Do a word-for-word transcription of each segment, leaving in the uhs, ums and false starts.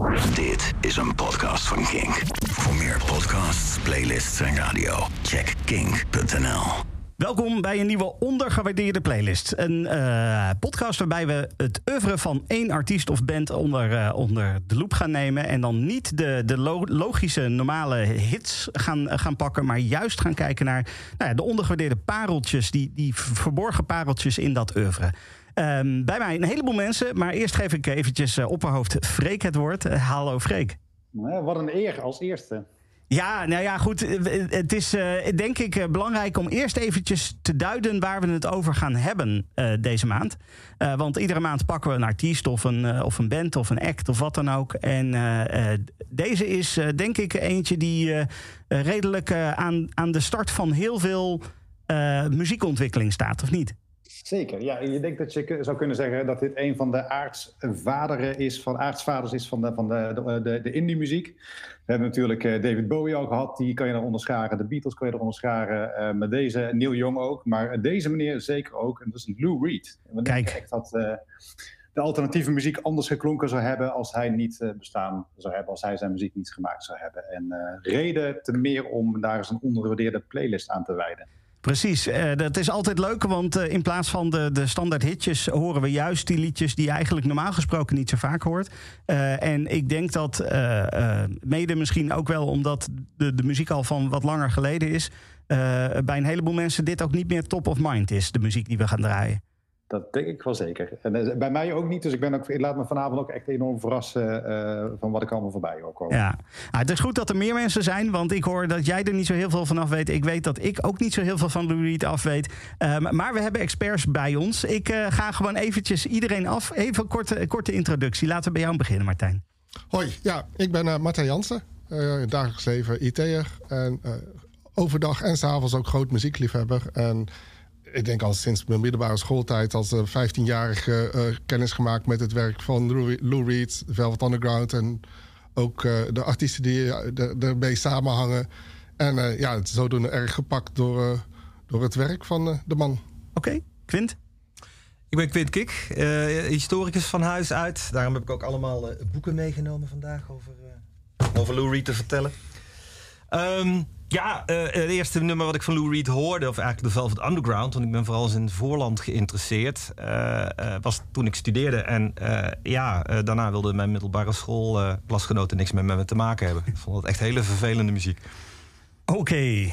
Dit is een podcast van Kink. Voor meer podcasts, playlists en radio, check kink punt n l. Welkom bij een nieuwe ondergewaardeerde playlist. Een uh, podcast waarbij we het oeuvre van één artiest of band onder, uh, onder de loep gaan nemen. En dan niet de, de lo- logische, normale hits gaan, uh, gaan pakken. Maar juist gaan kijken naar nou ja, de ondergewaardeerde pareltjes. Die, die verborgen pareltjes in dat oeuvre. Um, bij mij een heleboel mensen. Maar eerst geef ik eventjes uh, opperhoofd Freek het woord. Uh, hallo Freek. Nou, wat een eer als eerste. Ja, nou ja, goed. Het is uh, denk ik belangrijk om eerst eventjes te duiden waar we het over gaan hebben uh, deze maand. Uh, want iedere maand pakken we een artiest of een, uh, of een band of een act of wat dan ook. En uh, uh, deze is uh, denk ik eentje die uh, redelijk uh, aan, aan de start van heel veel uh, muziekontwikkeling staat, of niet? Zeker, ja. Je denkt dat je zou kunnen zeggen dat dit een van de aartsvaderen is, van aartsvaders is van de, van de, de, de, de indie-muziek. We hebben natuurlijk uh, David Bowie al gehad, die kan je er onderscharen. De Beatles kan je er onderscharen. Uh, met deze Neil Young ook. Maar deze meneer zeker ook. En dat is Lou Reed. En we denken echt dat uh, de alternatieve muziek anders geklonken zou hebben als hij niet uh, bestaan zou hebben. Als hij zijn muziek niet gemaakt zou hebben. En uh, reden te meer om daar eens een ondergewaardeerde playlist aan te wijden. Precies, uh, dat is altijd leuk, want uh, in plaats van de, de standaard hitjes horen we juist die liedjes die je eigenlijk normaal gesproken niet zo vaak hoort. Uh, en ik denk dat uh, uh, mede misschien ook wel omdat de, de muziek al van wat langer geleden is, uh, bij een heleboel mensen dit ook niet meer top of mind is, de muziek die we gaan draaien. Dat denk ik wel zeker. En uh, bij mij ook niet, dus ik, ben ook, ik laat me vanavond ook echt enorm verrassen uh, van wat ik allemaal voorbij hoor komen. Ja, ah, het is goed dat er meer mensen zijn, want ik hoor dat jij er niet zo heel veel van af weet. Ik weet dat ik ook niet zo heel veel van Lou Reed af weet. Um, maar we hebben experts bij ons. Ik uh, ga gewoon eventjes iedereen af. Even een korte, korte introductie. Laten we bij jou beginnen, Martijn. Hoi, ja, ik ben uh, Martijn Jansen. Uh, in het dagelijks leven I T'er. En uh, overdag en 's avonds ook groot muziekliefhebber. En ik denk al sinds mijn middelbare schooltijd als uh, vijftienjarige uh, kennis gemaakt met het werk van Lou, Lou Reed, Velvet Underground en ook uh, de artiesten die uh, er, ermee samenhangen. En uh, ja, het is zodoende erg gepakt door, uh, door het werk van uh, de man. Oké, okay. Quint? Ik ben Quint Kik, uh, historicus van huis uit. Daarom heb ik ook allemaal uh, boeken meegenomen vandaag over, uh, over Lou Reed te vertellen. Um, Ja, uh, het eerste nummer wat ik van Lou Reed hoorde, of eigenlijk de Velvet Underground, want ik ben vooral in het voorland geïnteresseerd, uh, uh, was toen ik studeerde. En uh, ja, uh, daarna wilde mijn middelbare school uh, klasgenoten niks meer met me te maken hebben. Ik vond het echt hele vervelende muziek. Oké, okay.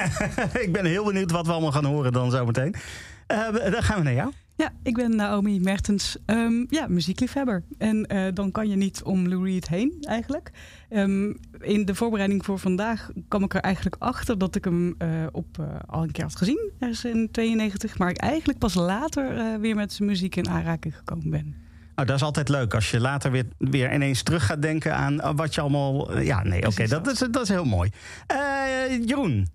Ik ben heel benieuwd wat we allemaal gaan horen dan zometeen. Uh, dan gaan we naar jou. Ja, ik ben Naomi Mertens, um, ja, muziekliefhebber. En uh, dan kan je niet om Lou Reed heen, eigenlijk. Um, in de voorbereiding voor vandaag kwam ik er eigenlijk achter dat ik hem uh, op, uh, al een keer had gezien, ergens in tweeënnegentig. Maar ik eigenlijk pas later uh, weer met zijn muziek in aanraking gekomen ben. Oh, dat is altijd leuk als je later weer, weer ineens terug gaat denken aan wat je allemaal... Uh, ja, nee, oké, okay, dat, is, dat is heel mooi. Uh, Jeroen?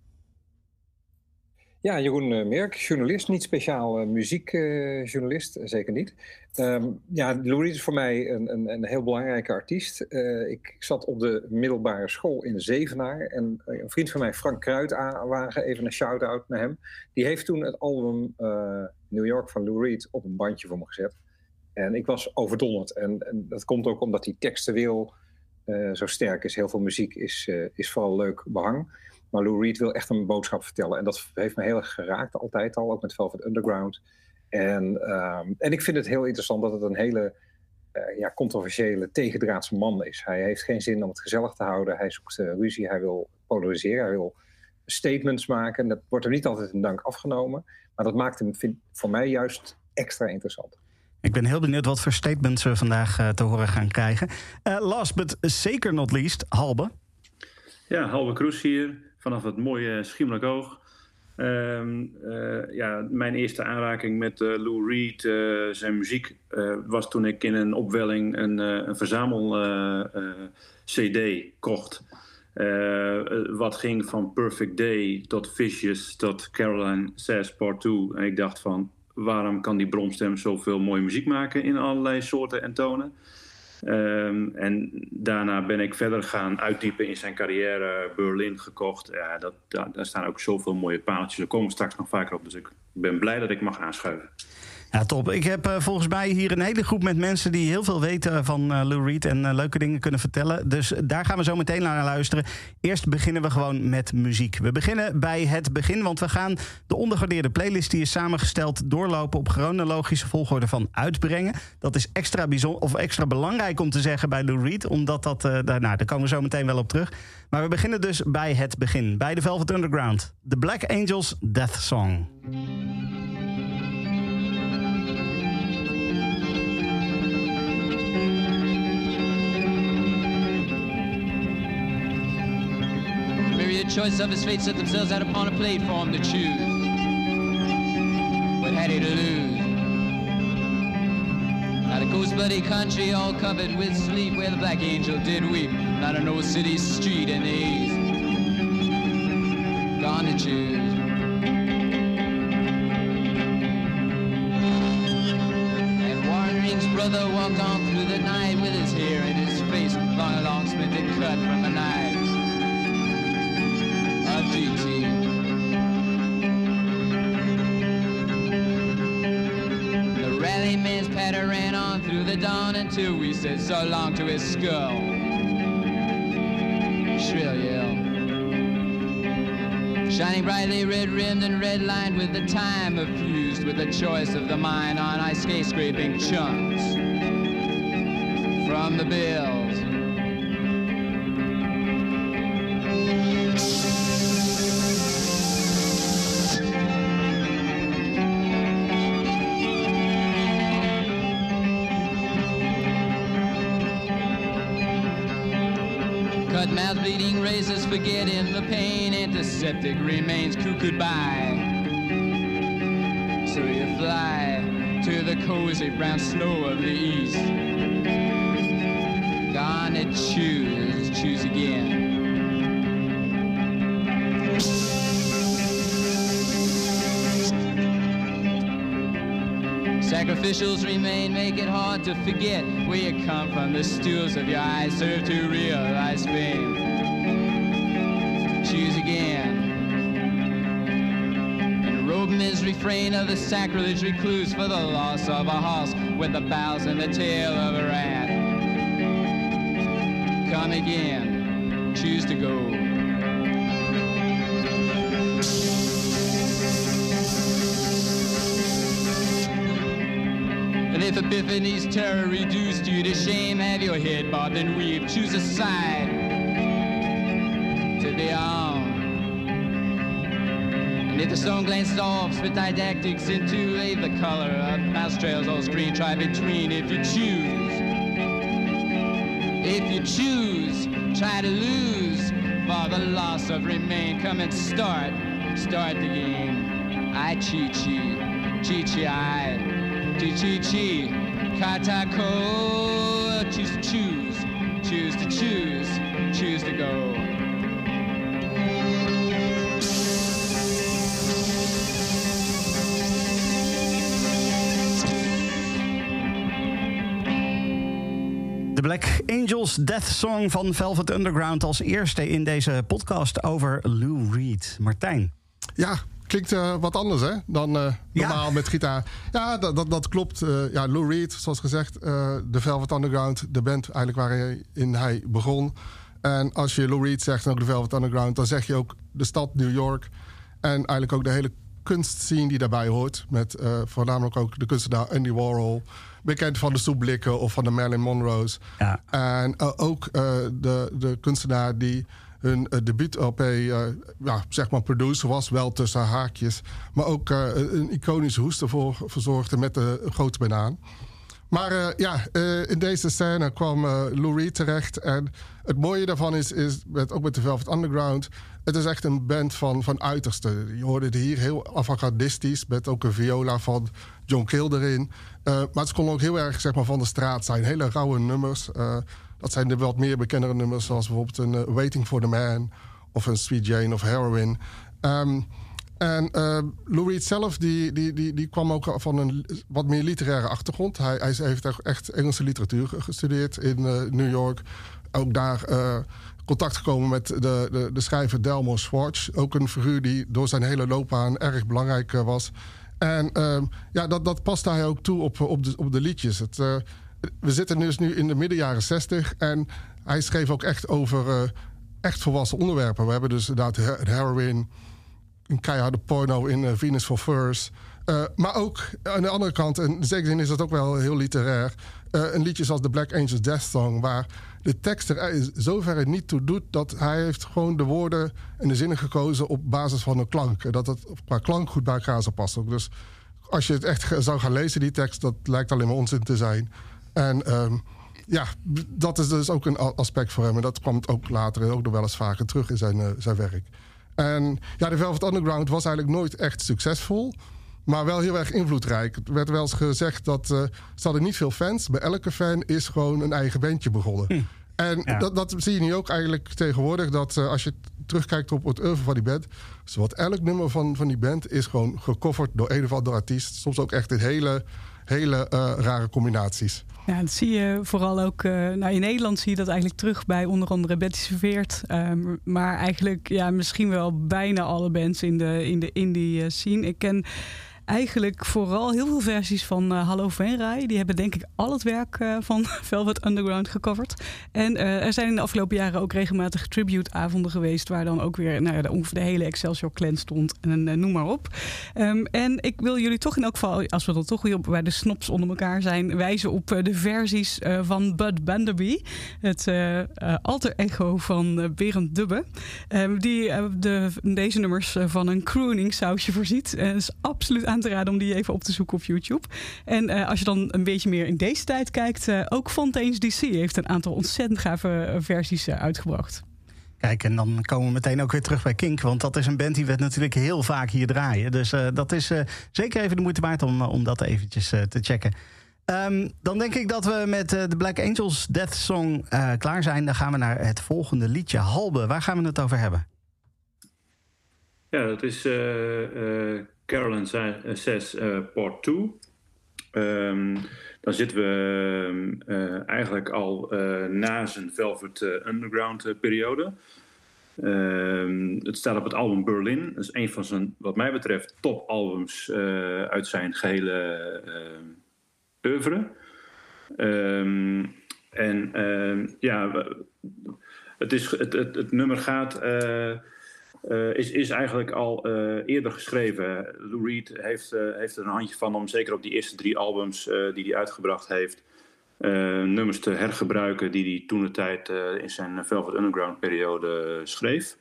Ja, Jeroen Merk, journalist, niet speciaal uh, muziekjournalist, uh, zeker niet. Um, ja, Lou Reed is voor mij een, een, een heel belangrijke artiest. Uh, ik zat op de middelbare school in Zevenaar en een vriend van mij, Frank Kruitwagen, even een shout-out naar hem. Die heeft toen het album uh, New York van Lou Reed op een bandje voor me gezet. En ik was overdonderd. En, en dat komt ook omdat die textueel uh, zo sterk is. Heel veel muziek is, uh, is vooral leuk behang. Maar Lou Reed wil echt een boodschap vertellen. En dat heeft me heel erg geraakt, altijd al. Ook met Velvet Underground. En, um, en ik vind het heel interessant dat het een hele uh, ja, controversiële, tegendraadse man is. Hij heeft geen zin om het gezellig te houden. Hij zoekt uh, ruzie, hij wil polariseren, hij wil statements maken. En dat wordt hem niet altijd in dank afgenomen. Maar dat maakt hem vind, voor mij juist extra interessant. Ik ben heel benieuwd wat voor statements we vandaag uh, te horen gaan krijgen. Uh, last but zeker not least, Halbe. Ja, Halbe Kroes hier, vanaf het mooie Schiermonnikoog. Uh, uh, ja, mijn eerste aanraking met uh, Lou Reed, uh, zijn muziek, uh, was toen ik in een opwelling een, uh, een verzamel uh, uh, C D kocht. Uh, wat ging van Perfect Day tot Vicious tot Caroline Says Part twee. En ik dacht van, waarom kan die bromstem zoveel mooie muziek maken in allerlei soorten en tonen? Um, en daarna ben ik verder gaan uitdiepen in zijn carrière. Berlin gekocht. Ja, dat, daar, daar staan ook zoveel mooie paaltjes. Daar komen we straks nog vaker op. Dus ik ben blij dat ik mag aanschuiven. Ja, top. Ik heb uh, volgens mij hier een hele groep met mensen die heel veel weten van uh, Lou Reed en uh, leuke dingen kunnen vertellen. Dus daar gaan we zo meteen naar luisteren. Eerst beginnen we gewoon met muziek. We beginnen bij het begin, want we gaan de ondergewaardeerde playlist die is samengesteld doorlopen op chronologische volgorde van uitbrengen. Dat is extra bijzonder of extra belangrijk om te zeggen bij Lou Reed, omdat dat, uh, daar, nou, daar komen we zo meteen wel op terug. Maar we beginnen dus bij het begin, bij de Velvet Underground. The Black Angels Death Song. Myriad choice of his fate set themselves out upon a plate for him to choose. What had he to lose? Not a ghost bloody country all covered with sleep, where the black angel did weep. Not an old city street in the east. Gone to choose. And Warren Ring's brother walked on through the night with his hair in his face, long a long splinted cut from a knife. G T. The rally man's patter ran on through the dawn until we said so long to his skull. Shrill yell. Shining brightly red-rimmed and red-lined with the time effused with the choice of the mind on ice skate-scraping chunks from the bills. Mouth bleeding razors forgetting the pain, antiseptic remains cuckooed by. So you fly to the cozy brown snow of the east. Gonna choose, choose again. Sacrificials remain, make it hard to forget where you come from. The stools of your eyes serve to realize fame. Choose again. And rogue his refrain of the sacrilege recluse for the loss of a horse with the bowels and the tail of a rat. Come again. Choose to go. And if Epiphany's terror reduced you to shame, have your head bobbed and weaved, choose a side to be on. And if the stone glanced off, spit didactics into leave the color of mouse trails on screen, try between if you choose. If you choose, try to lose, for the loss of remain, come and start, start the game. I chi chi, chi chi I. Chi chi chi, katako, choose to choose, choose to choose, choose to go. The Black Angels Death Song van Velvet Underground als eerste in deze podcast over Lou Reed. Martijn. Ja. Klinkt uh, wat anders, hè, dan uh, normaal ja. met gitaar. Ja, dat, dat, dat klopt. Uh, ja, Lou Reed, zoals gezegd, uh, de Velvet Underground, de band eigenlijk waarin hij begon. En als je Lou Reed zegt en ook de Velvet Underground, dan zeg je ook de stad New York. En eigenlijk ook de hele kunstscene die daarbij hoort. Met uh, voornamelijk ook de kunstenaar Andy Warhol. Bekend van de soepblikken of van de Marilyn Monroe's. Ja. En uh, ook uh, de, de kunstenaar die hun uh, debuut-L P, uh, ja, zeg maar producer was, wel tussen haakjes. Maar ook uh, een iconische hoest ervoor verzorgde met de grote banaan. Maar uh, ja, uh, in deze scène kwam uh, Lou Reed terecht. En het mooie daarvan is, is met, ook met de Velvet Underground, het is echt een band van, van uitersten. Je hoorde het hier heel avant-gardistisch, met ook een viola van John Cale erin. Uh, maar het kon ook heel erg, zeg maar, van de straat zijn. Hele rauwe nummers. Uh, dat zijn de wat meer bekendere nummers, zoals bijvoorbeeld een uh, Waiting for the Man of een Sweet Jane of Heroin. Um, En uh, Lou Reed zelf die, die, die, die kwam ook van een wat meer literaire achtergrond. Hij, hij heeft echt Engelse literatuur gestudeerd in uh, New York. Ook daar uh, contact gekomen met de, de, de schrijver Delmore Schwartz. Ook een figuur die door zijn hele loopbaan erg belangrijk uh, was. En um, ja, dat, dat paste hij ook toe op, op, de, op de liedjes. Het, uh, we zitten dus nu in de midden jaren zestig en hij schreef ook echt over uh, echt volwassen onderwerpen. We hebben dus inderdaad het heroin, een keiharde porno in uh, Venus for Furs. Uh, maar ook aan de andere kant, en in zekere zin is dat ook wel heel literair, uh, een liedje zoals The Black Angels Death Song, waar de tekst er zover niet toe doet dat hij heeft gewoon de woorden en de zinnen gekozen op basis van een klank. En dat het qua klank goed bij elkaar zou passen. Dus als je het echt zou gaan lezen, die tekst, dat lijkt alleen maar onzin te zijn. En um, ja, dat is dus ook een aspect voor hem. En dat kwam ook later en ook nog wel eens vaker terug in zijn, uh, zijn werk. En ja, de Velvet Underground was eigenlijk nooit echt succesvol, maar wel heel erg invloedrijk. Het werd wel eens gezegd dat uh, ze hadden niet veel fans. Bij elke fan is gewoon een eigen bandje begonnen. Hm. En ja. dat, dat zie je nu ook eigenlijk tegenwoordig. Dat uh, als je terugkijkt op het oeuvre van die band, zowat elk nummer van, van die band is gewoon gecoverd door een of andere artiest. Soms ook echt in hele, hele uh, rare combinaties. Ja, dat zie je vooral ook. Uh, nou, in Nederland zie je dat eigenlijk terug bij onder andere Betty Serveert. Um, maar eigenlijk ja, misschien wel bijna alle bands in de, in de indie uh, scene. Ik ken eigenlijk vooral heel veel versies van uh, Hallo Venray. Die hebben denk ik al het werk uh, van Velvet Underground gecoverd. En uh, er zijn in de afgelopen jaren ook regelmatig tribute-avonden geweest, waar dan ook weer nou ja, de, ongeveer de hele Excelsior Clan stond. En uh, noem maar op. Um, en ik wil jullie toch in elk geval, als we dan toch weer op bij de snobs onder elkaar zijn, wijzen op uh, de versies uh, van Bud Banderby. Het uh, uh, alter ego van uh, Berend Dubbe. Um, die uh, de, deze nummers uh, van een crooning sausje voorziet. En uh, is absoluut aan te raden om die even op te zoeken op YouTube. En uh, als je dan een beetje meer in deze tijd kijkt, uh, ook Fontaine's D C heeft een aantal ontzettend gave uh, versies uh, uitgebracht. Kijk, en dan komen we meteen ook weer terug bij Kink, want dat is een band die we natuurlijk heel vaak hier draaien. Dus uh, dat is uh, zeker even de moeite waard om, om dat eventjes uh, te checken. Um, dan denk ik dat we met uh, de Black Angels Death Song uh, klaar zijn. Dan gaan we naar het volgende liedje, Halbe. Waar gaan we het over hebben? Ja, dat is uh, uh, Carolyn Says uh, Part twee. Um, dan zitten we uh, eigenlijk al uh, na zijn Velvet uh, Underground uh, periode. Um, het staat op het album Berlin. Dat is een van zijn, wat mij betreft, topalbums uh, uit zijn gehele uh, oeuvre. Um, en uh, ja, het, is, het, het, het nummer gaat... Uh, Uh, is, is eigenlijk al uh, eerder geschreven. Lou Reed heeft, uh, heeft er een handje van om zeker op die eerste drie albums uh, die hij uitgebracht heeft, uh, nummers te hergebruiken die hij toentertijd uh, in zijn Velvet Underground periode schreef.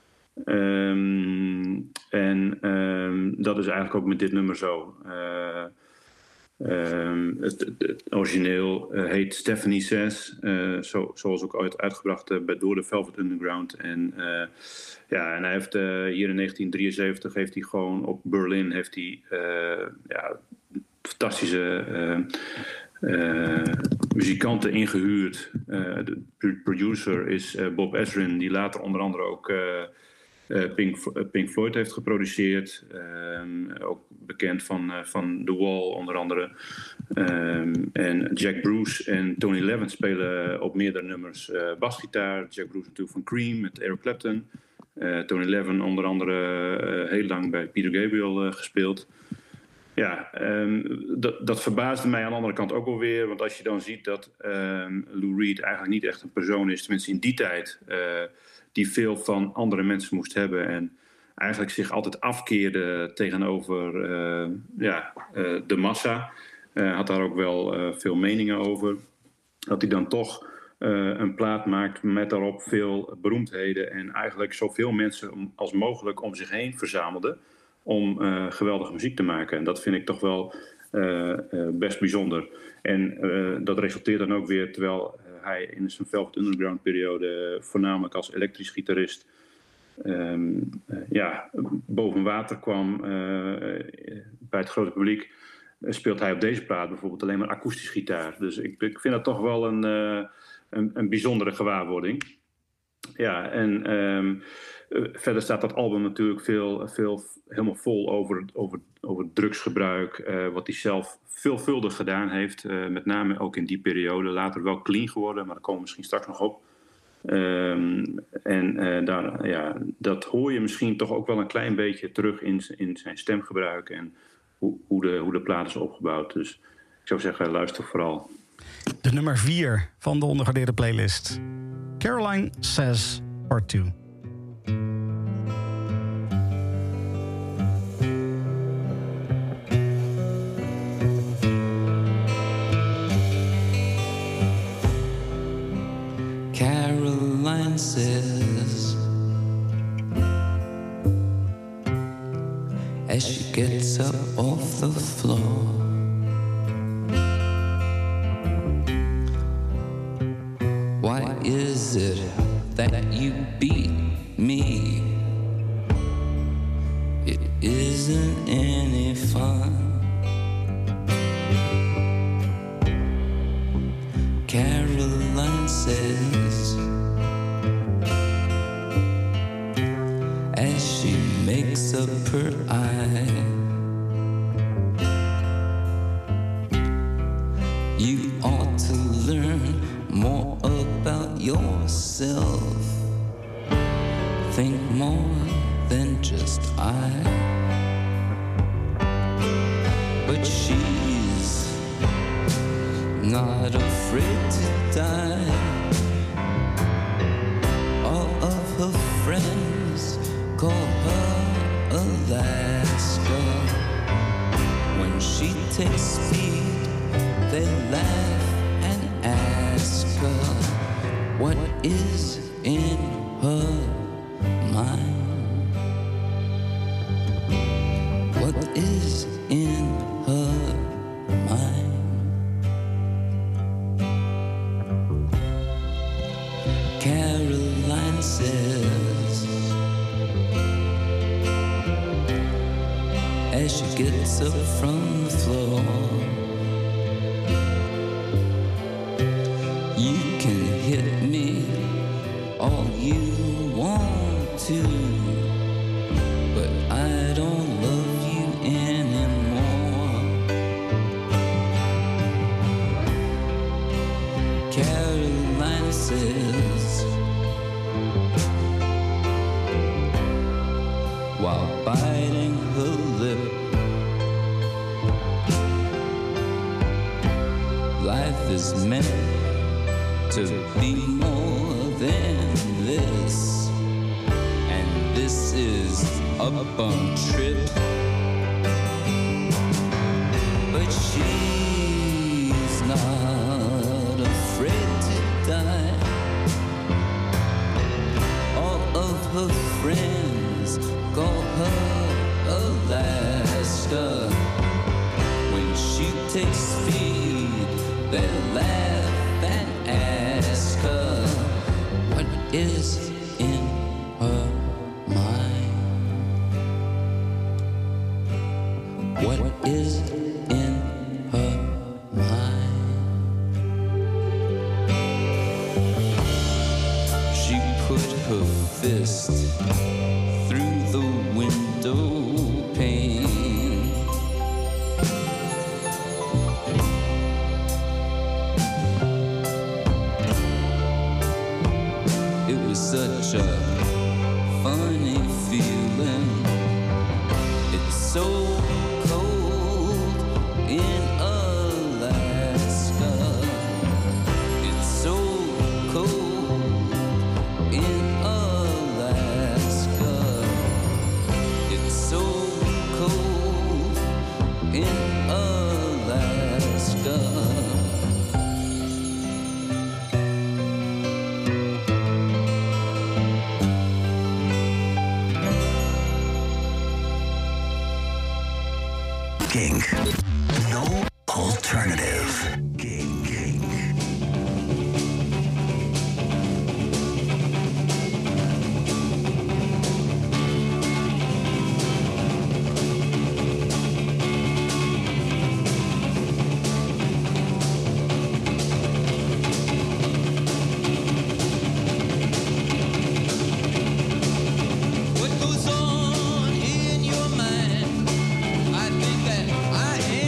Um, en um, dat is eigenlijk ook met dit nummer zo. Uh, Um, het, het, het origineel uh, heet Stephanie Says, uh, zo, zoals ook ooit uitgebracht uh, door de Velvet Underground. En, uh, ja, en hij heeft uh, hier in negentien drieënzeventig heeft hij gewoon op Berlin heeft hij, uh, ja, fantastische uh, uh, muzikanten ingehuurd. Uh, de producer is uh, Bob Ezrin, die later onder andere ook uh, Uh, Pink, uh, Pink Floyd heeft geproduceerd. Um, ook bekend van, uh, van The Wall onder andere. Um, en Jack Bruce en Tony Levin spelen op meerdere nummers uh, basgitaar. Jack Bruce natuurlijk van Cream met Eric Clapton. Uh, Tony Levin onder andere uh, heel lang bij Peter Gabriel uh, gespeeld. Ja, um, dat, dat verbaasde mij aan de andere kant ook alweer. Want als je dan ziet dat um, Lou Reed eigenlijk niet echt een persoon is, tenminste in die tijd, Uh, die veel van andere mensen moest hebben en eigenlijk zich altijd afkeerde tegenover uh, ja, uh, de massa. Uh, had daar ook wel uh, veel meningen over. Dat hij dan toch uh, een plaat maakt met daarop veel beroemdheden en eigenlijk zoveel mensen als mogelijk om zich heen verzamelde om uh, geweldige muziek te maken. En dat vind ik toch wel uh, uh, best bijzonder. En uh, dat resulteert dan ook weer, terwijl hij in zijn Velvet Underground periode voornamelijk als elektrisch gitarist um, uh, ja, boven water kwam uh, bij het grote publiek, uh, speelt hij op deze plaat bijvoorbeeld alleen maar akoestisch gitaar. Dus ik, ik vind dat toch wel een, uh, een, een bijzondere gewaarwording. Ja, en um, uh, verder staat dat album natuurlijk veel, veel helemaal vol over, over, over drugsgebruik, uh, wat hij zelf veelvuldig gedaan heeft, uh, met name ook in die periode. Later wel clean geworden, maar daar komen we misschien straks nog op. Um, en uh, daar, ja, dat hoor je misschien toch ook wel een klein beetje terug in, in zijn stemgebruik en hoe, hoe, de, hoe de plaat is opgebouwd. Dus ik zou zeggen, luister vooral. De nummer vier van de ondergewaardeerde playlist. Caroline Says Part two. Caroline says, as she gets up off the floor, why is it that you beat me? It isn't any fun. Caroline says, as she makes up her eye, you ought to learn more about yourself. Think more than just I. But she's not afraid to die. All of her friends call her Alaska. When she takes speed, they laugh and ask her what is in her mind. What is in her mind? Caroline says, as she gets up from the floor, you can hit me all you want to, but I don't love you anymore. Caroline says, while biting her lip, life is meant to be more than this, and this is a bum trip. But she's not afraid to die. All of her friends call her Alaska. When she takes speed, they laugh and ask her what is in her mind. What is in her mind? She put her fist through the window pane. It was such a funny feeling. It's so cold in Alaska. It's so cold in Alaska. It's so cold in Alaska. Kink. No alternative. Kink. Kink. What goes on in your mind? I think that I am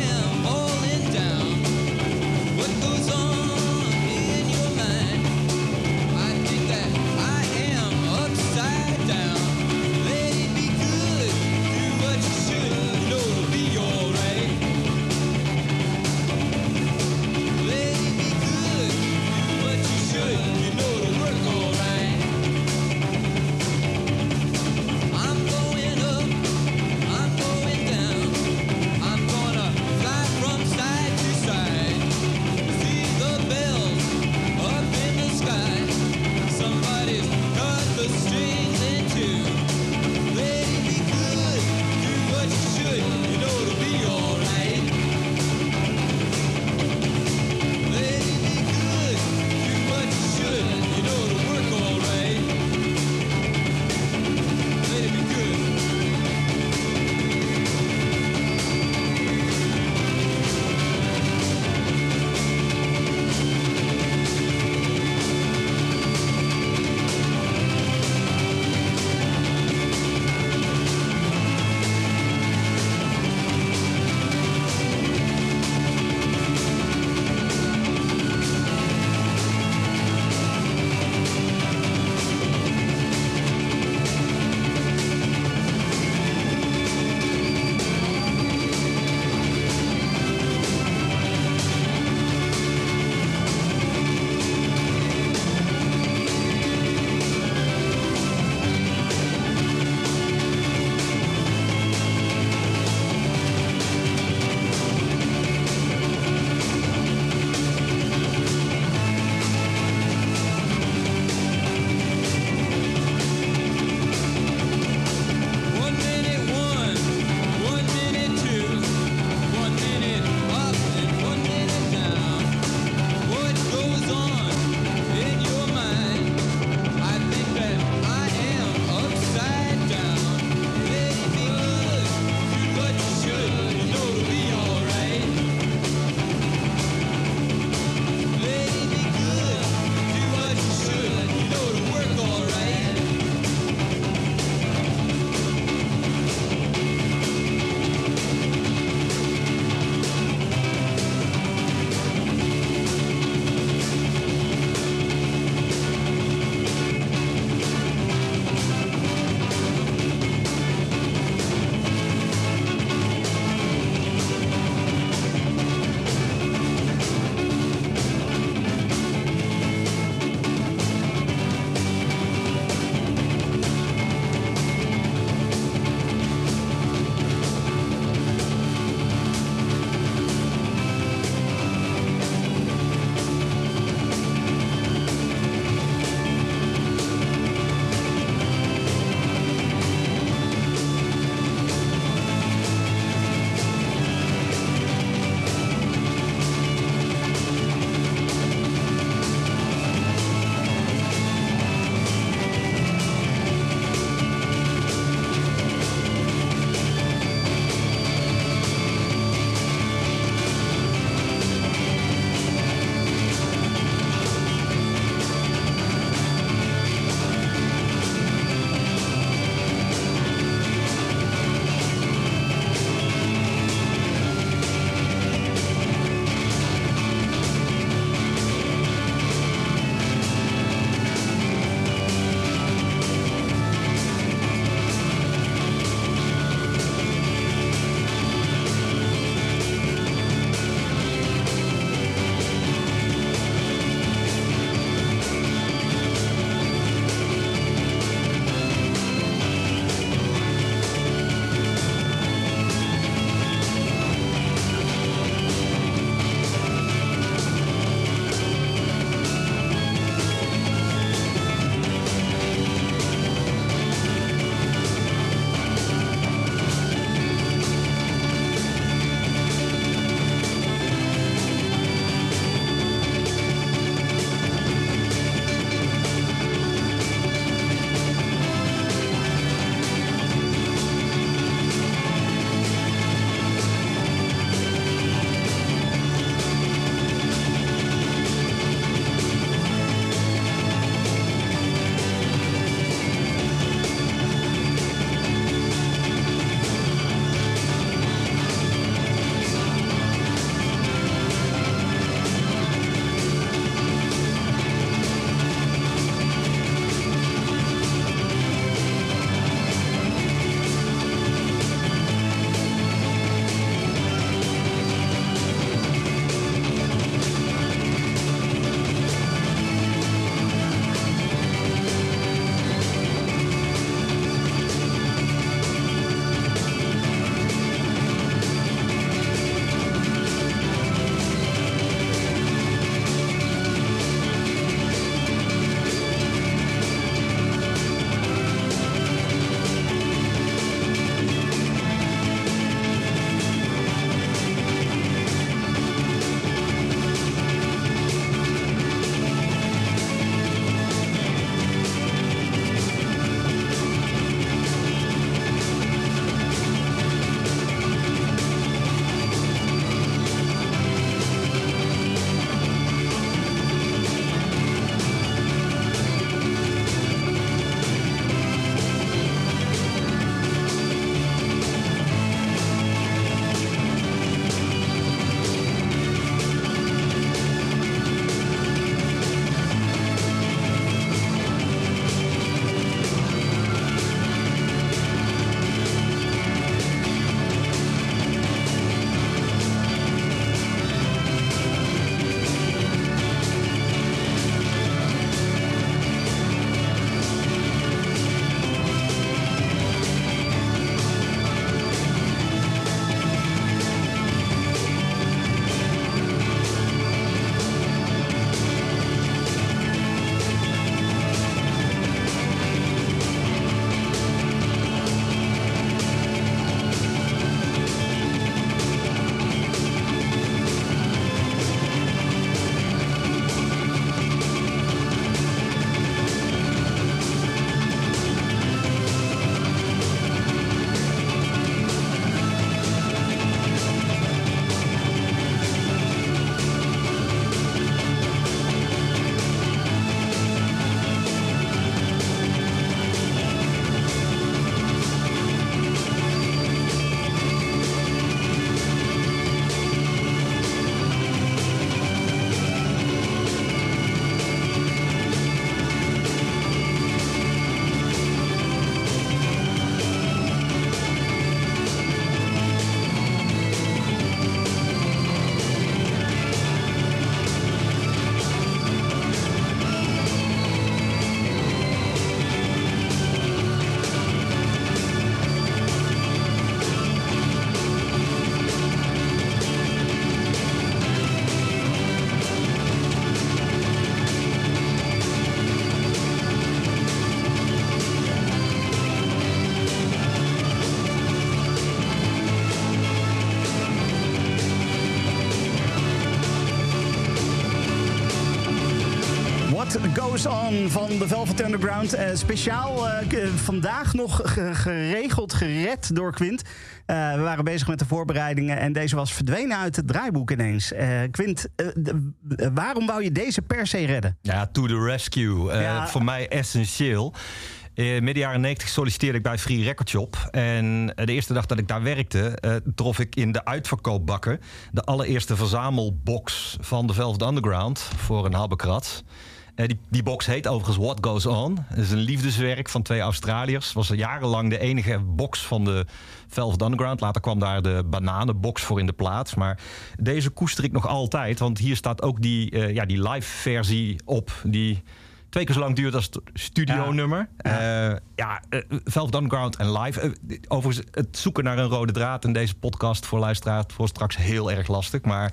What Goes On van The Velvet Underground. Uh, speciaal uh, k- vandaag nog ge- geregeld, gered door Quint. Uh, we waren bezig met de voorbereidingen en deze was verdwenen uit het draaiboek ineens. Uh, Quint, uh, de, uh, waarom wou je deze per se redden? Ja, to the rescue. Uh, Ja. Voor mij essentieel. Uh, midden jaren negentig solliciteerde ik bij Free Record Shop. En de eerste dag dat ik daar werkte, uh, trof ik in de uitverkoopbakken de allereerste verzamelbox van de Velvet Underground voor een habbekrat. Uh, die, die box heet overigens What Goes On. Het is een liefdeswerk van twee Australiërs. Was er jarenlang de enige box van de Velvet Underground. Later kwam daar de bananenbox voor in de plaats. Maar deze koester ik nog altijd. Want hier staat ook die, uh, ja, die live versie op. Die twee keer zo lang duurt als het studionummer. Ja, uh, ja uh, Velvet Underground en live. Uh, overigens, het zoeken naar een rode draad in deze podcast voor luisteraars voor straks heel erg lastig. Maar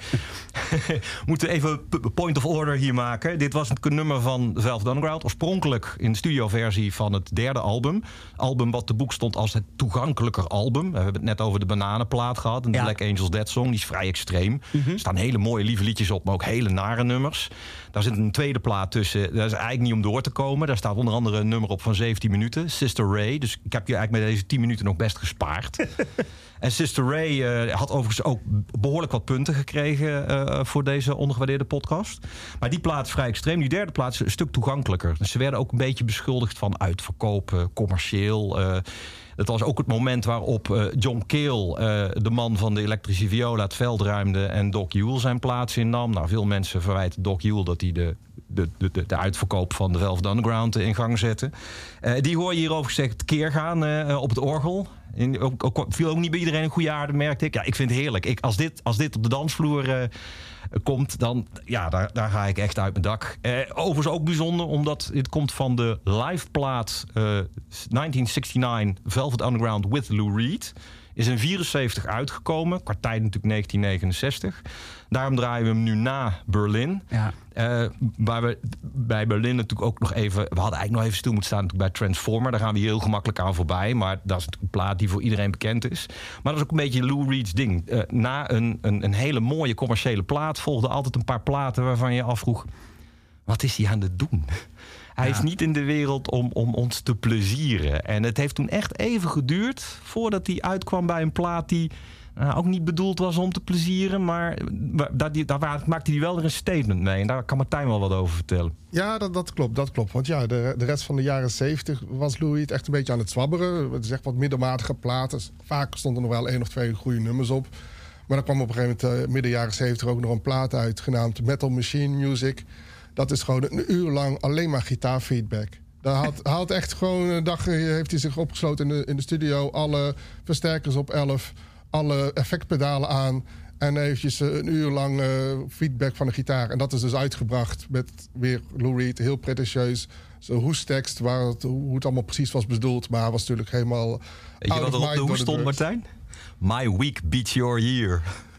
we moeten even point of order hier maken. Dit was een nummer van Velvet Underground. Oorspronkelijk in de studioversie van het derde album. Album wat te boek stond als het toegankelijker album. We hebben het net over de bananenplaat gehad. En de ja. Black Angels Dead Song. Die is vrij extreem. Mm-hmm. Er staan hele mooie lieve liedjes op, maar ook hele nare nummers. Daar zit een tweede plaat tussen. Dat is eigenlijk niet om door te komen. Daar staat onder andere een nummer op van zeventien minuten. Sister Ray. Dus ik heb je eigenlijk met deze tien minuten nog best gespaard. En Sister Ray uh, had overigens ook behoorlijk wat punten gekregen uh, voor deze ondergewaardeerde podcast. Maar die plaat is vrij extreem. Die derde plaat is een stuk toegankelijker. Dus ze werden ook een beetje beschuldigd van uitverkopen, commercieel. Uh, Het was ook het moment waarop uh, John Cale, uh, de man van de elektrische viola, het veld ruimde en Doc Yule zijn plaats innam. Nou, veel mensen verwijten Doc Yule dat hij de, de, de, de uitverkoop van de Velvet Underground in gang zette. Uh, die hoor je hierover gezegd tekeer gaan uh, op het orgel. In, ook, ook, viel ook niet bij iedereen een goede aarde, merkte ik. Ja, ik vind het heerlijk. Ik, als, dit, als dit op de dansvloer uh, komt, dan ja, daar, daar ga ik echt uit mijn dak. Uh, overigens ook bijzonder, omdat dit komt van de liveplaat uh, negentien negenenzestig Velvet Underground with Lou Reed. Is in vierenzeventig uitgekomen. Qua tijd natuurlijk negentien negenenzestig. Daarom draaien we hem nu na Berlin. Ja. Uh, waar we bij Berlin natuurlijk ook nog even... We hadden eigenlijk nog even stil moeten staan bij Transformer. Daar gaan we hier heel gemakkelijk aan voorbij. Maar dat is natuurlijk een plaat die voor iedereen bekend is. Maar dat is ook een beetje Lou Reed's ding. Uh, na een, een, een hele mooie commerciële plaat volgden altijd een paar platen waarvan je afvroeg... Wat is hij aan het doen? Hij ja. is niet in de wereld om, om ons te plezieren. En het heeft toen echt even geduurd voordat hij uitkwam bij een plaat die nou, ook niet bedoeld was om te plezieren. Maar daar, daar maakte hij wel weer een statement mee. En daar kan Martijn wel wat over vertellen. Ja, dat, dat klopt. Dat klopt. Want ja, de, de rest van de jaren zeventig was Lou Reed echt een beetje aan het zwabberen. Het is echt wat middelmatige platen. Vaak stonden er nog wel één of twee goede nummers op. Maar dan kwam op een gegeven moment uh, midden jaren zeventig ook nog een plaat uit genaamd Metal Machine Music. Dat is gewoon een uur lang alleen maar gitaarfeedback. Daar had, had echt gewoon een dag heeft hij zich opgesloten in de, in de studio. Alle versterkers op elf, alle effectpedalen aan. En eventjes een uur lang uh, feedback van de gitaar. En dat is dus uitgebracht met weer Lou Reed, heel pretentieus. Zo'n hoestekst, waar het, hoe het allemaal precies was bedoeld. Maar hij was natuurlijk helemaal... Weet je wat er op de hoes stond, Martijn? My week beats your year.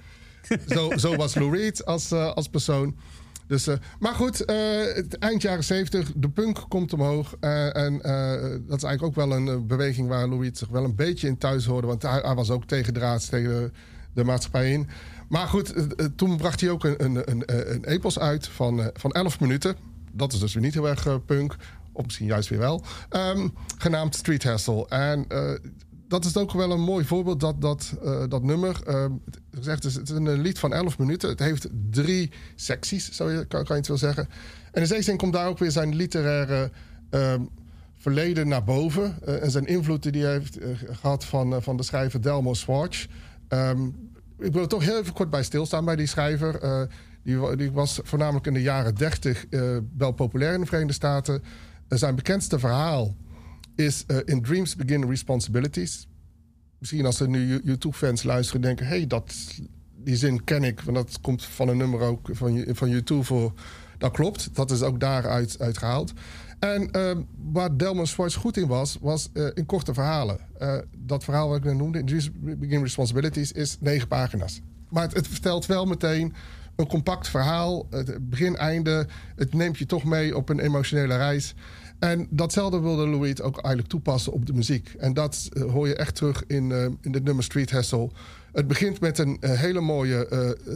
Zo, zo was Lou Reed als, uh, als persoon. Dus, uh, maar goed, uh, eind jaren zeventig, de punk komt omhoog. Uh, en uh, dat is eigenlijk ook wel een uh, beweging waar Lou Reed zich wel een beetje in thuis hoorde. Want hij, hij was ook tegendraads tegen de, de maatschappij in. Maar goed, uh, toen bracht hij ook een, een, een, een epos uit van, uh, van elf minuten. Dat is dus weer niet heel erg uh, punk. Of misschien juist weer wel. Um, genaamd Street Hustle. En uh, dat is ook wel een mooi voorbeeld, dat, dat, uh, dat nummer. Uh, gezegd, het is een lied van elf minuten. Het heeft drie secties, zou je, kan, kan je het wel zeggen. En in zekere zin komt daar ook weer zijn literaire uh, verleden naar boven. Uh, en zijn invloed die hij heeft uh, gehad van, uh, van de schrijver Delmo Schwartz. Um, ik wil er toch heel even kort bij stilstaan bij die schrijver. Uh, die, die was voornamelijk in de jaren dertig uh, wel populair in de Verenigde Staten. Uh, zijn bekendste verhaal is uh, In Dreams Begin Responsibilities. Misschien als er nu YouTube-fans luisteren denken... hé, hey, die zin ken ik, want dat komt van een nummer ook van, van YouTube voor. Dat klopt, dat is ook daaruit uit gehaald. En uh, waar Delmo Schwartz goed in was, was uh, in korte verhalen. Uh, dat verhaal wat ik net noemde, In Dreams Begin Responsibilities, is negen pagina's. Maar het, het vertelt wel meteen een compact verhaal. Het begin-einde, het neemt je toch mee op een emotionele reis... En datzelfde wilde Lou Reed ook eigenlijk toepassen op de muziek. En dat uh, hoor je echt terug in, uh, in het nummer Street Hustle. Het begint met een uh, hele mooie uh, uh,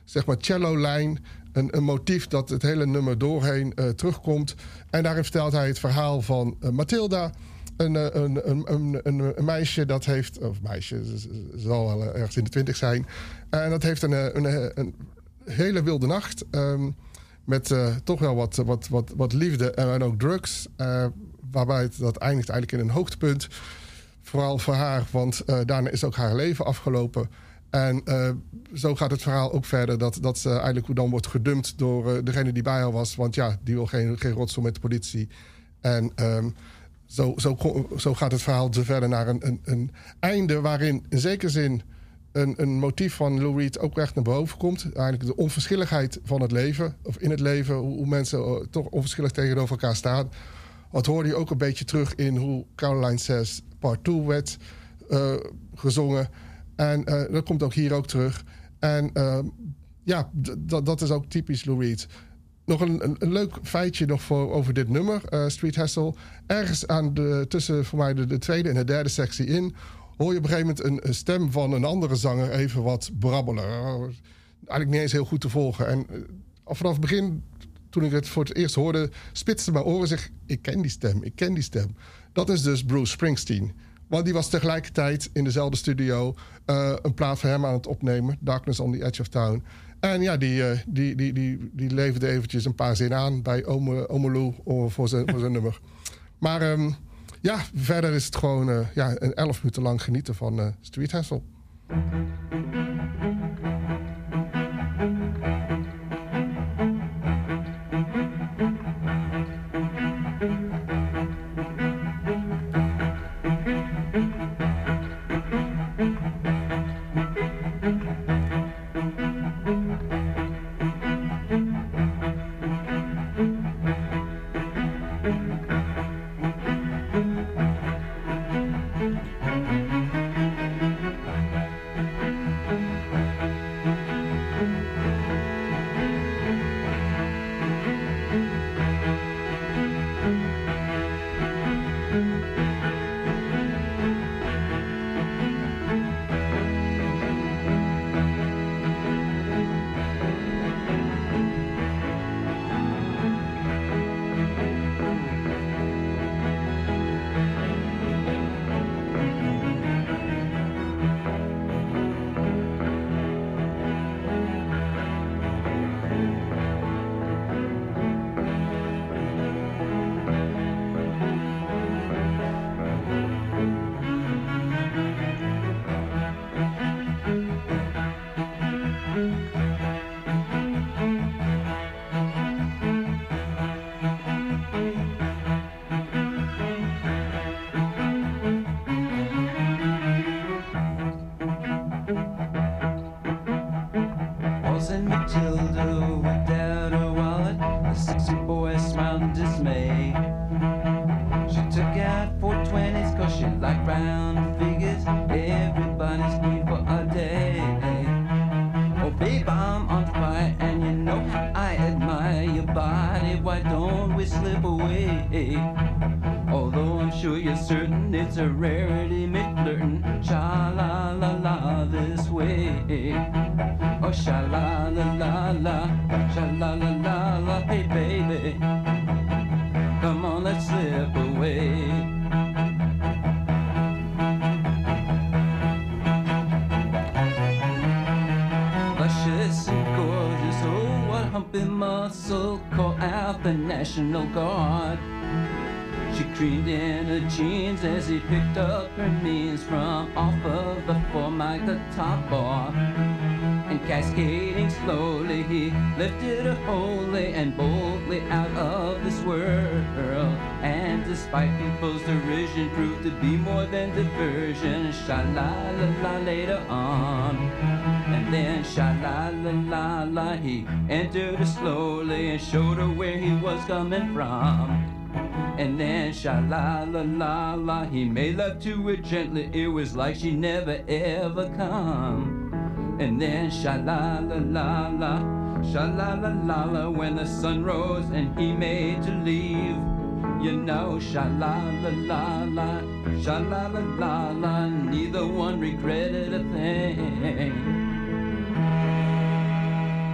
zeg maar cello-lijn, een, een motief dat het hele nummer doorheen uh, terugkomt. En daarin vertelt hij het verhaal van uh, Mathilda, een, een, een, een, een, een meisje dat heeft, of meisje, ze zal wel ergens in de twintig zijn, en dat heeft een, een, een, een hele wilde nacht. Um, met uh, toch wel wat, wat, wat, wat liefde en, en ook drugs. Uh, waarbij het, dat eindigt eigenlijk in een hoogtepunt. Vooral voor haar, want uh, daarna is ook haar leven afgelopen. En uh, zo gaat het verhaal ook verder. Dat, dat ze eigenlijk dan wordt gedumpt door uh, degene die bij haar was. Want ja, die wil geen, geen rotzooi met de politie. En um, zo, zo, zo gaat het verhaal zo verder naar een, een, een einde waarin in zekere zin een, een motief van Lou Reed ook echt naar boven komt. Eigenlijk de onverschilligheid van het leven, of in het leven, hoe, hoe mensen uh, toch onverschillig tegenover elkaar staan. Dat hoorde je ook een beetje terug in hoe Caroline Says Part twee werd uh, gezongen. En uh, dat komt ook hier ook terug. En uh, ja, d- dat is ook typisch Lou Reed. Nog een, een, een leuk feitje nog voor, over dit nummer, uh, Street Hustle. Ergens aan de, tussen voor mij de, de tweede en de derde sectie in hoor je op een gegeven moment een, een stem van een andere zanger even wat brabbelen. Eigenlijk niet eens heel goed te volgen. En uh, vanaf het begin, toen ik het voor het eerst hoorde, spitste mijn oren zich, ik ken die stem, ik ken die stem. Dat is dus Bruce Springsteen. Want die was tegelijkertijd in dezelfde studio uh, een plaat van hem aan het opnemen, Darkness on the Edge of Town. En ja, die, uh, die, die, die, die leverde eventjes een paar zinnen aan bij Ome, Ome Lou voor zijn, voor zijn nummer. Maar um, ja, verder is het gewoon uh, ja, een elf minuten lang genieten van uh, Street Hustle. It's a rarity, McFlirtin', sha-la-la-la this way. Oh, sha-la-la-la-la, sha-la-la-la-la, hey baby, come on, let's slip away. Luscious and gorgeous, oh, what humpy muscle, call out the National Guard. She creamed in her jeans as he picked up her means from off of the Formica top bar. And cascading slowly, he lifted her wholly and boldly out of this world. And despite people's derision, proved to be more than diversion. Sha-la-la-la later on. And then sha-la-la-la-la, he entered her slowly and showed her where he was coming from. And then sha-la-la-la-la, he made love to her gently. It was like she never ever come. And then sha-la-la-la-la, sha-la-la-la-la, when the sun rose and he made to leave. You know, sha-la-la-la-la, sha-la-la-la-la, neither one regretted a thing.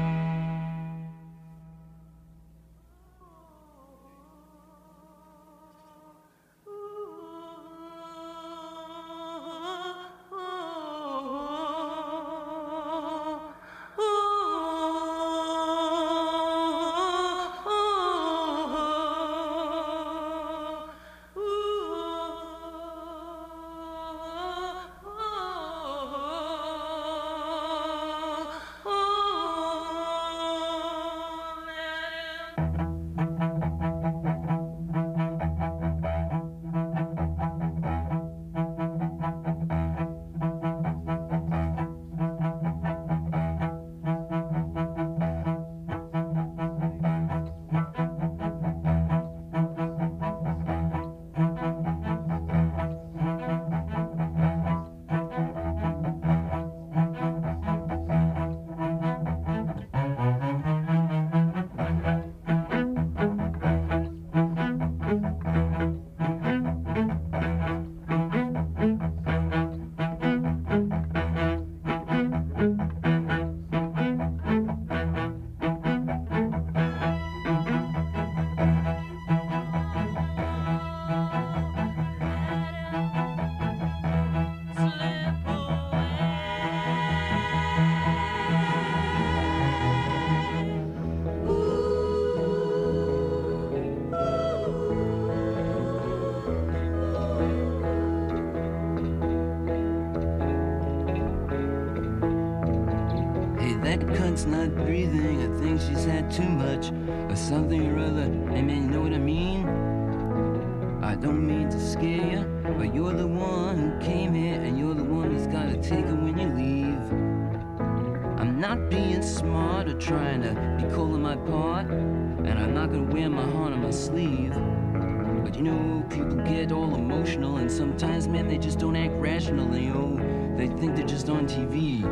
silence, not breathing. I think she's had too much or something or other. Hey man, you know what I mean? I don't mean to scare you, but you're the one who came here, and you're the one who's gotta take her when you leave. I'm not being smart or trying to be cool in my part, and I'm not gonna wear my heart on my sleeve. But you know, people get all emotional, and sometimes, man, they just don't act rational. You know, they think they're just on T V.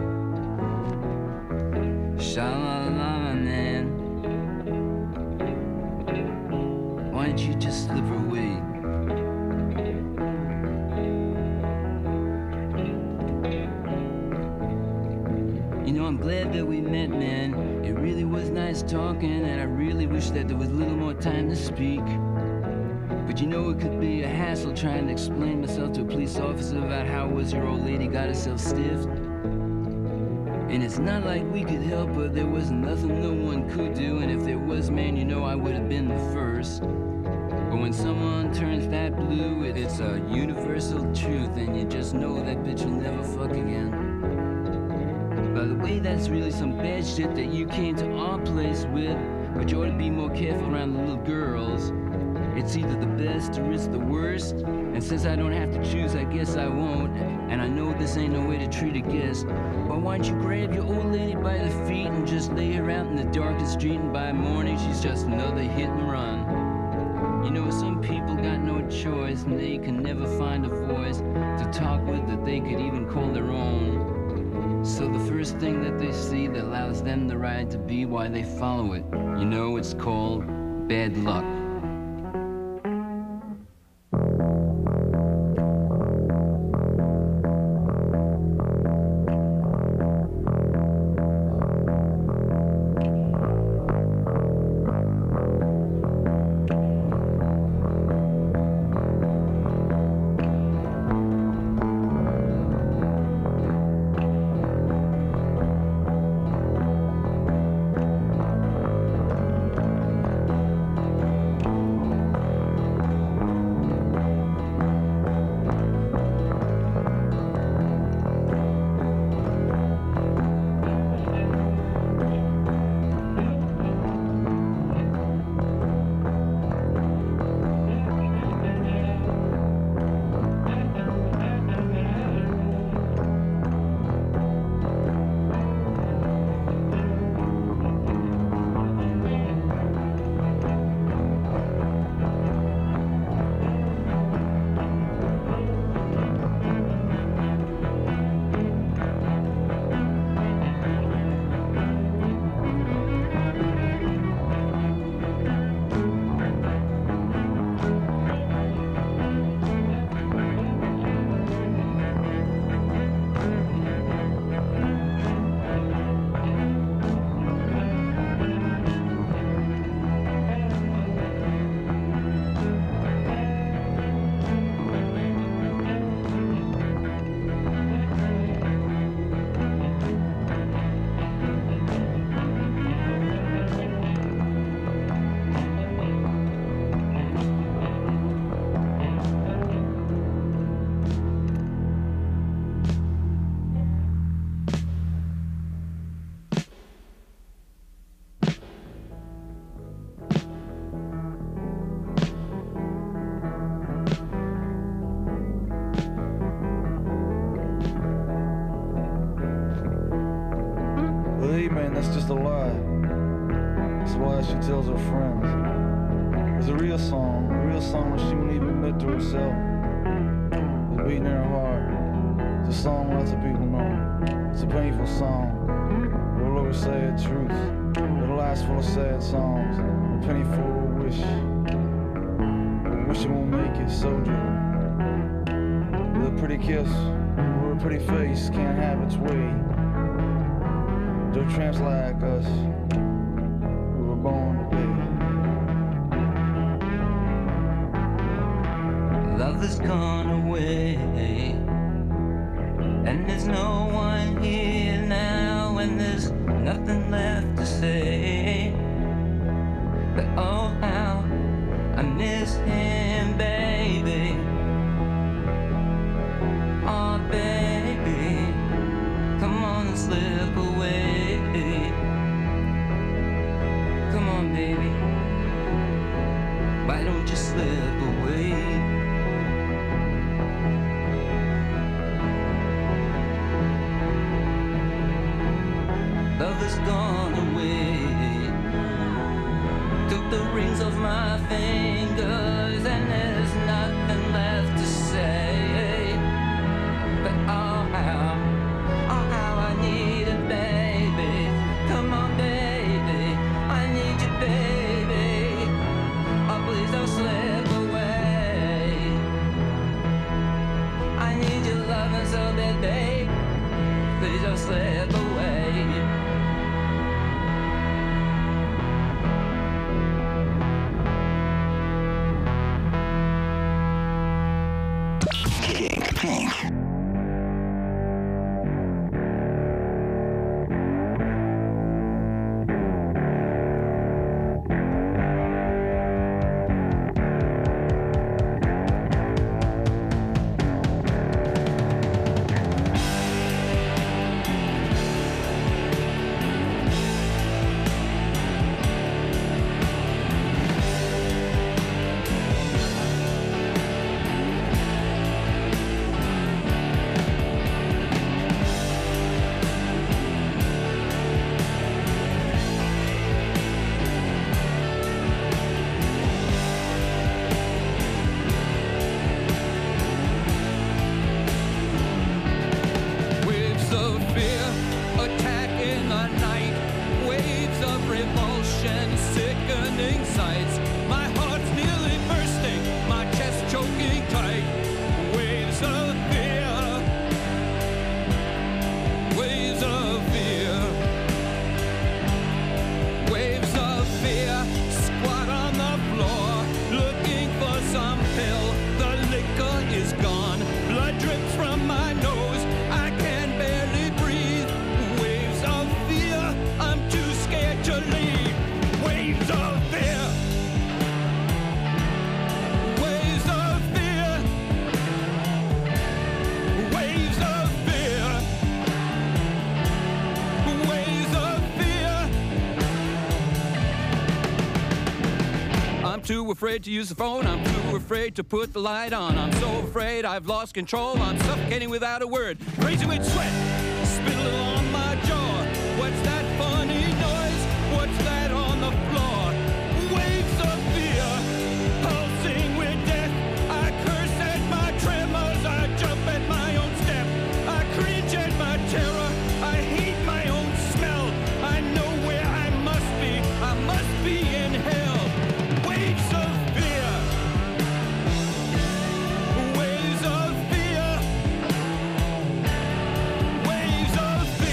Sha-la-la, man. Why don't you just slip her away? You know, I'm glad that we met, man. It really was nice talking, and I really wish that there was a little more time to speak. But you know, it could be a hassle trying to explain myself to a police officer about how it was your old lady got herself stiffed. And it's not like we could help her, there was nothing no one could do. And if there was, man, you know I would have been the first. But when someone turns that blue, it, it's a universal truth, and you just know that bitch will never fuck again. By the way, that's really some bad shit that you came to our place with. But you ought to be more careful around the little girls. It's either the best or it's the worst. And since I don't have to choose, I guess I won't. And I know this ain't no way to treat a guest. But why don't you grab your old lady by the feet and just lay her out in the darkest street, and by morning she's just another hit and run. You know, some people got no choice, and they can never find a voice to talk with that they could even call their own. So the first thing that they see that allows them the right to be, why they follow it. You know, it's called bad luck. That's just a lie. That's why she tells her friends. It's a real song, a real song that she wouldn't even admit to herself. It's beating in her heart. It's a song lots of people know. It's a painful song. It'll always say the truth. It'll last full of sad songs. A penny for a wish. A wish it won't make it, soldier. With a pretty kiss or a pretty face can't have its way. They're tramps like us, we were born to pay. Love has gone away, and there's no one here now, and there's nothing left to say. But oh how I miss him, baby. Oh baby, come on and slip away. Why don't you slip away? Love has gone away. Took the rings off my fingers and there's nothing left to say. But oh how, oh how I need it, baby. Come on, baby, I need you, baby. Oh, please don't slip away. I need your loving so bad, babe. Please don't slip away. Too afraid to use the phone, I'm too afraid to put the light on. I'm so afraid I've lost control, I'm suffocating without a word. Crazy with sweat, spittle on my jaw. What's that funny noise? What's that on the floor? Waves of fear, pulsing with death. I curse at my tremors, I jump at my own step. I cringe at my terror, I hate my own smell. I know where I must be, I must be in hell. Waves of fear, waves of fear, waves of fear.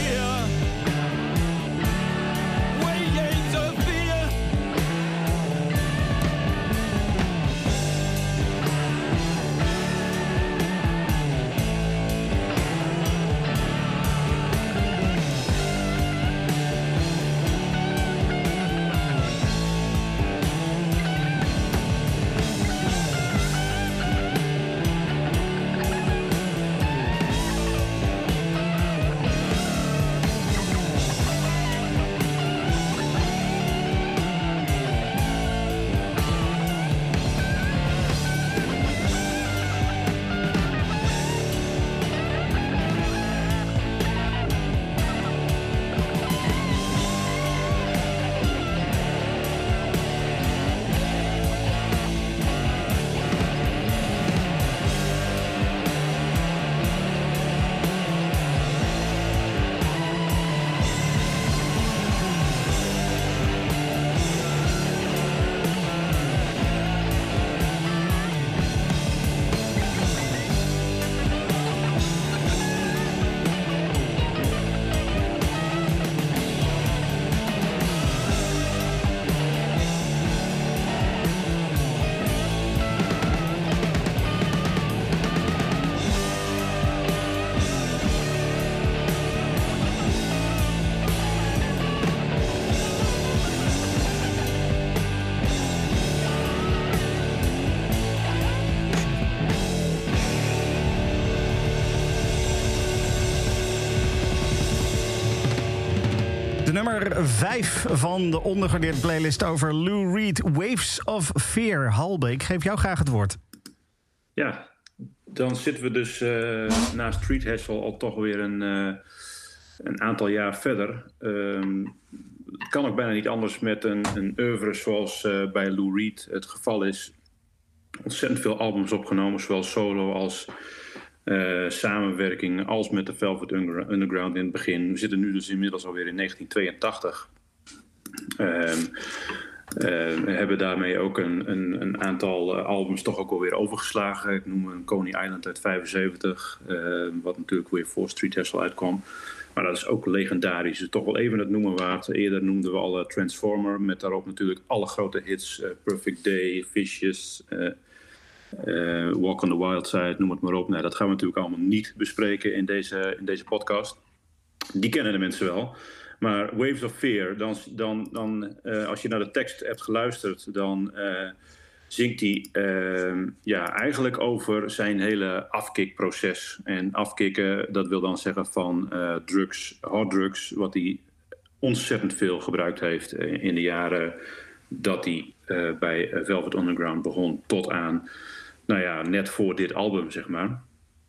nummer vijf van de ondergewaardeerde playlist over Lou Reed, Waves of Fear. Halbe, ik geef jou graag het woord. Ja, dan zitten we dus uh, na Street Hustle al toch weer een, uh, een aantal jaar verder. Um, het kan ook bijna niet anders met een, een oeuvre zoals uh, bij Lou Reed het geval is. Ontzettend veel albums opgenomen, zowel solo als uh, samenwerking, als met de Velvet Underground in het begin. We zitten nu dus inmiddels alweer in negentien tweeëntachtig. Um, Uh, we hebben daarmee ook een, een, een aantal uh, albums toch ook alweer overgeslagen. Ik noem een Coney Island uit vijfenzeventig, uh, wat natuurlijk weer voor Street Hustle uitkwam. Maar dat is ook legendarisch, dus toch wel even het noemen waard. Eerder noemden we al uh, Transformer, met daarop natuurlijk alle grote hits. Uh, Perfect Day, Vicious, uh, uh, Walk on the Wild Side, noem het maar op. Nou, dat gaan we natuurlijk allemaal niet bespreken in deze, in deze podcast. Die kennen de mensen wel. Maar Waves of Fear, dan, dan, dan, uh, als je naar de tekst hebt geluisterd, dan uh, zingt hij uh, ja, eigenlijk over zijn hele afkikproces. En afkicken, dat wil dan zeggen van uh, drugs, harddrugs, wat hij ontzettend veel gebruikt heeft in de jaren dat hij uh, bij Velvet Underground begon, tot aan, nou ja, net voor dit album, zeg maar.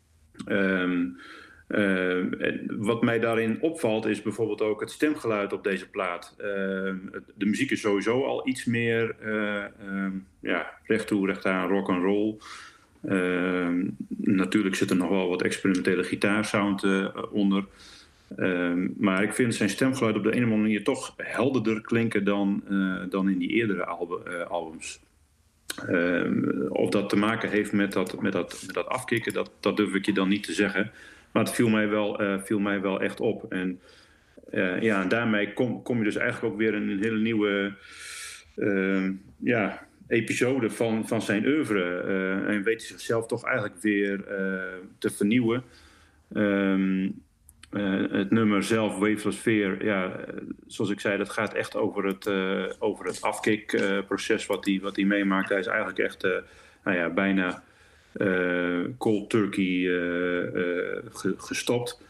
Um, Uh, wat mij daarin opvalt is bijvoorbeeld ook het stemgeluid op deze plaat. Uh, de muziek is sowieso al iets meer uh, uh, ja, recht toe, recht aan, rock and roll. Uh, natuurlijk zit er nog wel wat experimentele gitaarsound uh, onder. Uh, maar ik vind zijn stemgeluid op de een of andere manier toch helderder klinken dan, uh, dan in die eerdere albu- uh, albums. Uh, of dat te maken heeft met dat, met dat, met dat afkicken, dat, dat durf ik je dan niet te zeggen. Maar het viel mij wel, uh, viel mij wel echt op. En uh, ja, daarmee kom, kom je dus eigenlijk ook weer in een hele nieuwe uh, ja, episode van, van zijn oeuvre. Uh, en weet hij zichzelf toch eigenlijk weer uh, te vernieuwen. Um, uh, het nummer zelf, Waves of Fear, ja, zoals ik zei, dat gaat echt over het, uh, over het afkikproces uh, wat hij wat hij meemaakt. Hij is eigenlijk echt uh, nou ja, bijna Uh, cold turkey uh, uh, ge- gestopt.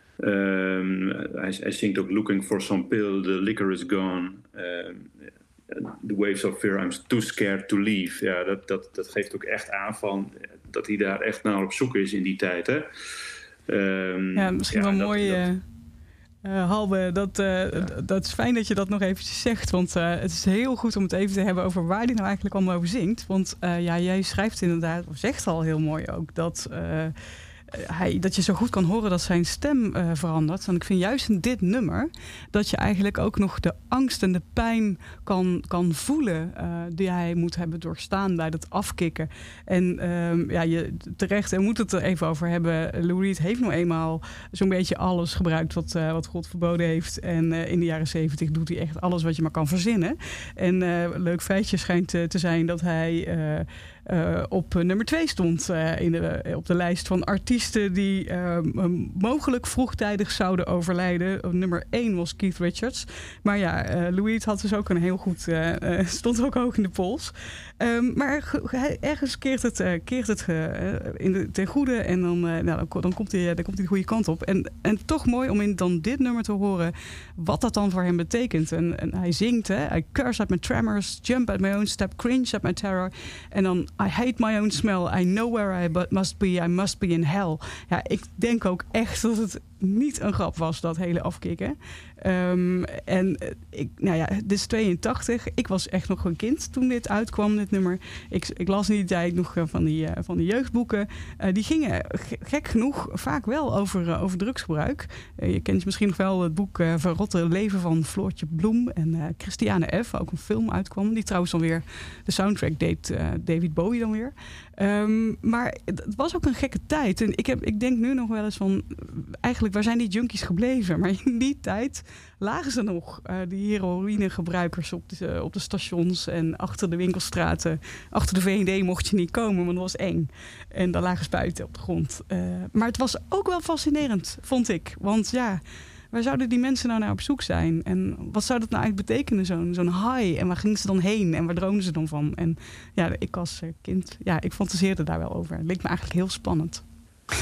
Um, hij, hij zingt ook Looking for some pill, the liquor is gone. Uh, the waves of fear, I'm too scared to leave. Ja, dat, dat, dat geeft ook echt aan van dat hij daar echt naar op zoek is in die tijd. Hè? Um, ja, misschien ja, wel dat, mooi... dat, uh... Uh, Halbe, dat, uh, ja. d- dat is fijn dat je dat nog eventjes zegt. Want uh, het is heel goed om het even te hebben over waar die nou eigenlijk allemaal over zingt. Want uh, ja, jij schrijft inderdaad, of zegt al heel mooi ook, dat, uh, hij, dat je zo goed kan horen dat zijn stem uh, verandert. En ik vind juist in dit nummer dat je eigenlijk ook nog de angst en de pijn kan, kan voelen uh, die hij moet hebben doorstaan bij dat afkicken. En uh, ja, je, terecht, en we moeten het er even over hebben. Lou Reed heeft nou eenmaal zo'n beetje alles gebruikt wat, uh, wat God verboden heeft. En uh, in de jaren zeventig doet hij echt alles wat je maar kan verzinnen. En uh, leuk feitje schijnt uh, te zijn dat hij uh, uh, op nummer twee stond uh, in de, uh, op de lijst van artiesten die uh, mogelijk vroegtijdig zouden overlijden. Nummer één was Keith Richards. Maar ja, uh, Lou Reed had dus ook een heel goed... Uh, uh, stond ook hoog in de pols. Um, maar ge, ergens keert het, uh, keert het uh, in de, ten goede en dan, uh, nou, dan, dan, komt hij, dan komt hij de goede kant op. En, en toch mooi om in dan dit nummer te horen wat dat dan voor hem betekent. En, en hij zingt, hè, I curse at my tremors, jump at my own step, cringe at my terror. En dan, I hate my own smell, I know where I but must be, I must be in hell. Ja, ik denk ook echt dat het niet een grap was, dat hele afkicken. Um, en ik, nou ja, dit is tweeëntachtig. Ik was echt nog een kind toen dit uitkwam, dit nummer. Ik, ik las in die tijd nog van die, uh, van die jeugdboeken. Uh, die gingen gek genoeg vaak wel over, uh, over drugsgebruik. Uh, je kent misschien nog wel het boek uh, Verrotte leven van Floortje Bloem en uh, Christiane F. Ook een film uitkwam. Die trouwens dan weer de soundtrack deed uh, David Bowie dan weer. Um, maar het was ook een gekke tijd. En ik, heb, ik denk nu nog wel eens van... Eigenlijk, waar zijn die junkies gebleven? Maar in die tijd lagen ze nog. Uh, die heroïnegebruikers op de, op de stations en achter de winkelstraten. Achter de V en D mocht je niet komen, want dat was eng. En daar lagen spuiten op de grond. Uh, maar het was ook wel fascinerend, vond ik. Want ja... Waar zouden die mensen nou naar op zoek zijn? En wat zou dat nou eigenlijk betekenen, zo'n, zo'n high? En waar gingen ze dan heen? En waar droomden ze dan van? En ja, ik als kind, ja, ik fantaseerde daar wel over. Het leek me eigenlijk heel spannend.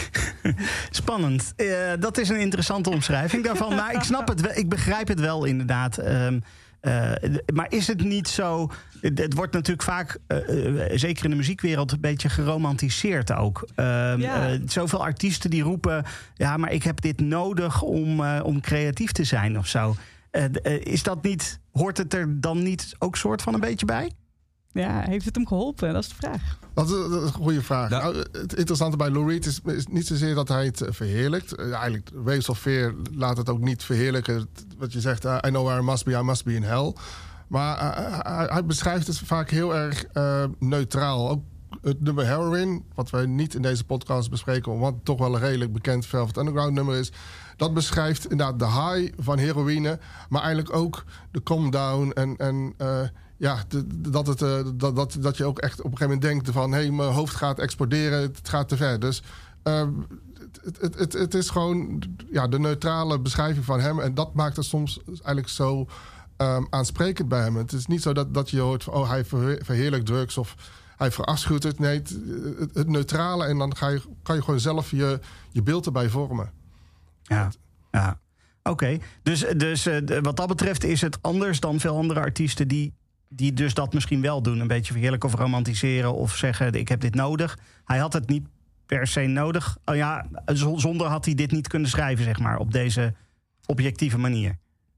Spannend. Uh, dat is een interessante omschrijving daarvan. Maar ik snap het wel, ik begrijp het wel inderdaad. Um, uh, maar is het niet zo... Het, het wordt natuurlijk vaak, uh, uh, zeker in de muziekwereld, een beetje geromantiseerd ook. Um, ja. uh, zoveel artiesten die roepen... ja, maar ik heb dit nodig om, uh, om creatief te zijn of zo. Uh, uh, is dat niet... Hoort het er dan niet ook soort van een beetje bij? Ja, heeft het hem geholpen? Dat is de vraag. Dat is, dat is een goede vraag. Ja. Nou, het interessante bij Lou Reed is, is niet zozeer dat hij het verheerlijkt. Uh, eigenlijk, Waves of Fear laat het ook niet verheerlijken. Wat je zegt, uh, I know where I must be, I must be in hell. Maar uh, hij, hij beschrijft het vaak heel erg uh, neutraal. Ook het nummer Heroin, wat wij niet in deze podcast bespreken... wat toch wel een redelijk bekend Velvet Underground nummer is... dat beschrijft inderdaad de high van heroïne... maar eigenlijk ook de calm down en... en uh, ja, de, dat, het, uh, dat, dat, dat je ook echt op een gegeven moment denkt van... hé, hey, mijn hoofd gaat exploderen, het gaat te ver. Dus uh, het, het, het, het is gewoon ja, de neutrale beschrijving van hem... en dat maakt het soms eigenlijk zo um, aansprekend bij hem. Het is niet zo dat, dat je hoort van... oh, hij verheerlijkt drugs of hij verafschuwt het. Nee, het, het, het neutrale en dan ga je, kan je gewoon zelf je, je beeld erbij vormen. Ja, ja. Oké. Okay. Dus, dus uh, wat dat betreft is het anders dan veel andere artiesten... die die dus dat misschien wel doen. Een beetje verheerlijken of romantiseren of zeggen... ik heb dit nodig. Hij had het niet per se nodig. Oh ja, zonder had hij dit niet kunnen schrijven, zeg maar. Op deze objectieve manier.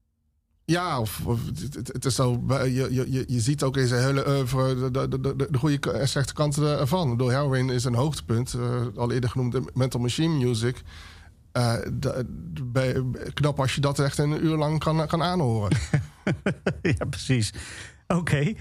Ja, of, of het, het is zo... Je, je, je ziet ook in zijn hele oeuvre... de, de, de, de goede en slechte kanten ervan. Door Heroin is een hoogtepunt. Uh, al eerder genoemd Mental Machine Music... Uh, de, de, knap als je dat echt een uur lang kan, kan aanhoren. Ja, precies. Oké. Okay.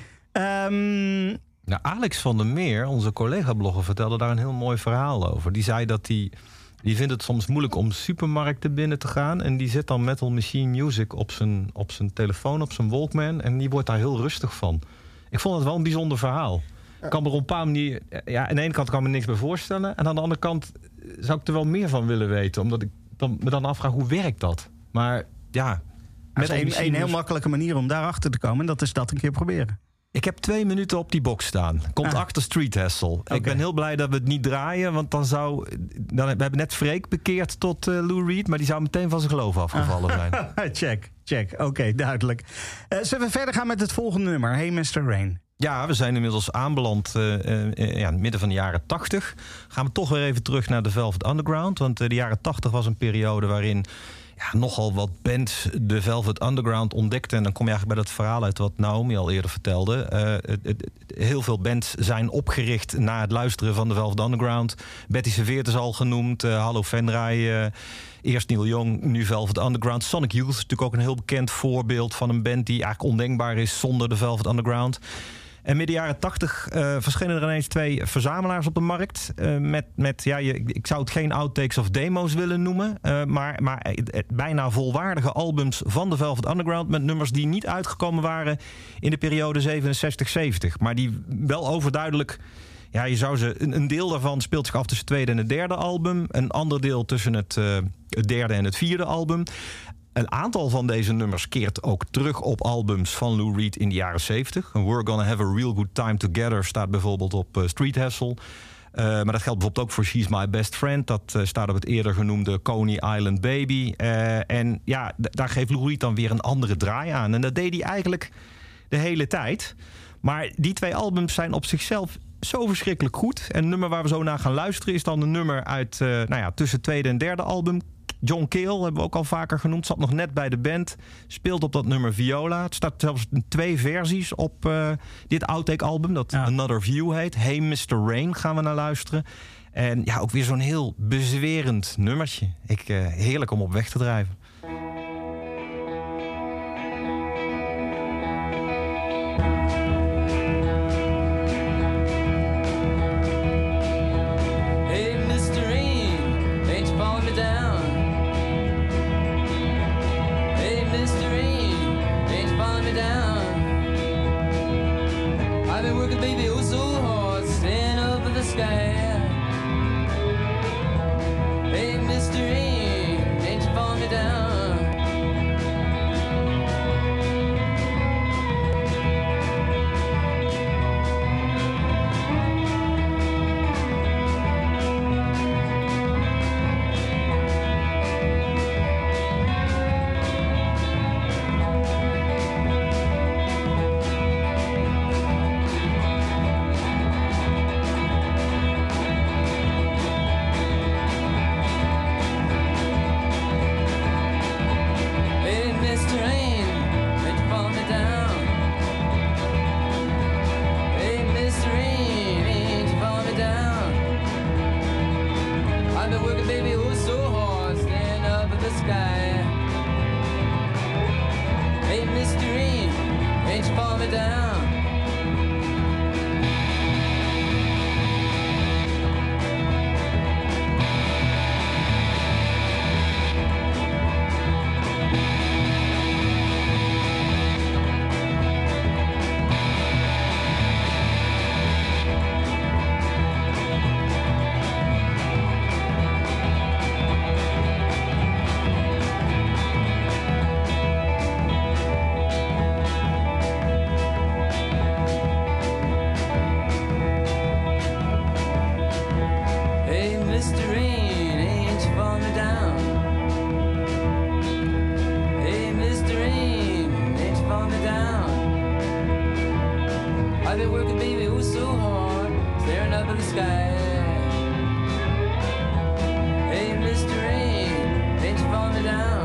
Um... Nou, Alex van der Meer, onze collega-blogger, vertelde daar een heel mooi verhaal over. Die zei dat hij... Die vindt het soms moeilijk om supermarkten binnen te gaan. En die zet dan Metal Machine Music op zijn, op zijn telefoon, op zijn Walkman. En die wordt daar heel rustig van. Ik vond het wel een bijzonder verhaal. Ik kan me op een paar manier... Ja, aan de ene kant kan ik me niks bij voorstellen. En aan de andere kant zou ik er wel meer van willen weten. Omdat ik dan, me dan afvraag, hoe werkt dat? Maar ja... Met een, een heel makkelijke manier om daarachter te komen. En dat is dat een keer proberen. Ik heb twee minuten op die box staan. Komt ah. achter Street Hustle. Okay. Ik ben heel blij dat we het niet draaien. Want dan zou... Dan, we hebben net Freek bekeerd tot uh, Lou Reed. Maar die zou meteen van zijn geloof afgevallen zijn. check, check. Oké, okay, duidelijk. Uh, zullen we verder gaan met het volgende nummer? Hey mister Rain. Ja, we zijn inmiddels aanbeland uh, uh, ja, midden van de jaren tachtig. Gaan we toch weer even terug naar de Velvet Underground. Want uh, de jaren tachtig was een periode waarin... Ja, nogal wat bands de Velvet Underground ontdekten. En dan kom je eigenlijk bij dat verhaal uit wat Naomi al eerder vertelde. Uh, het, het, heel veel bands zijn opgericht na het luisteren van de Velvet Underground. Betty Serveert is al genoemd. Uh, Hallo Venray. Uh, eerst Neil Young, nu Velvet Underground. Sonic Youth is natuurlijk ook een heel bekend voorbeeld van een band die eigenlijk ondenkbaar is zonder de Velvet Underground. En midden jaren tachtig uh, verschenen er ineens twee verzamelaars op de markt. Uh, met, met ja, je, ik zou het geen outtakes of demo's willen noemen. Uh, maar maar het, het bijna volwaardige albums van de Velvet Underground. Met nummers die niet uitgekomen waren in de periode zevenenzestig zeventig. Maar die wel overduidelijk... Ja, je zou ze, een, een deel daarvan speelt zich af tussen het tweede en het derde album. Een ander deel tussen het, uh, het derde en het vierde album. Een aantal van deze nummers keert ook terug op albums van Lou Reed in de jaren zeventig. We're Gonna Have a Real Good Time Together staat bijvoorbeeld op uh, Street Hustle. Uh, maar dat geldt bijvoorbeeld ook voor She's My Best Friend. Dat uh, staat op het eerder genoemde Coney Island Baby. Uh, en ja, d- daar geeft Lou Reed dan weer een andere draai aan. En dat deed hij eigenlijk de hele tijd. Maar die twee albums zijn op zichzelf zo verschrikkelijk goed. En het nummer waar we zo naar gaan luisteren is dan een nummer uit uh, nou ja, tussen het tweede en derde album. John Cale hebben we ook al vaker genoemd. Zat nog net bij de band. Speelt op dat nummer viola. Het staat zelfs in twee versies op uh, dit outtake-album. Dat ja. Another View heet. Hey mister Rain gaan we naar luisteren. En ja, ook weer zo'n heel bezwerend nummertje. Ik, uh, heerlijk om op weg te drijven. the sky. Hey, Mister Rain, ain't you falling down?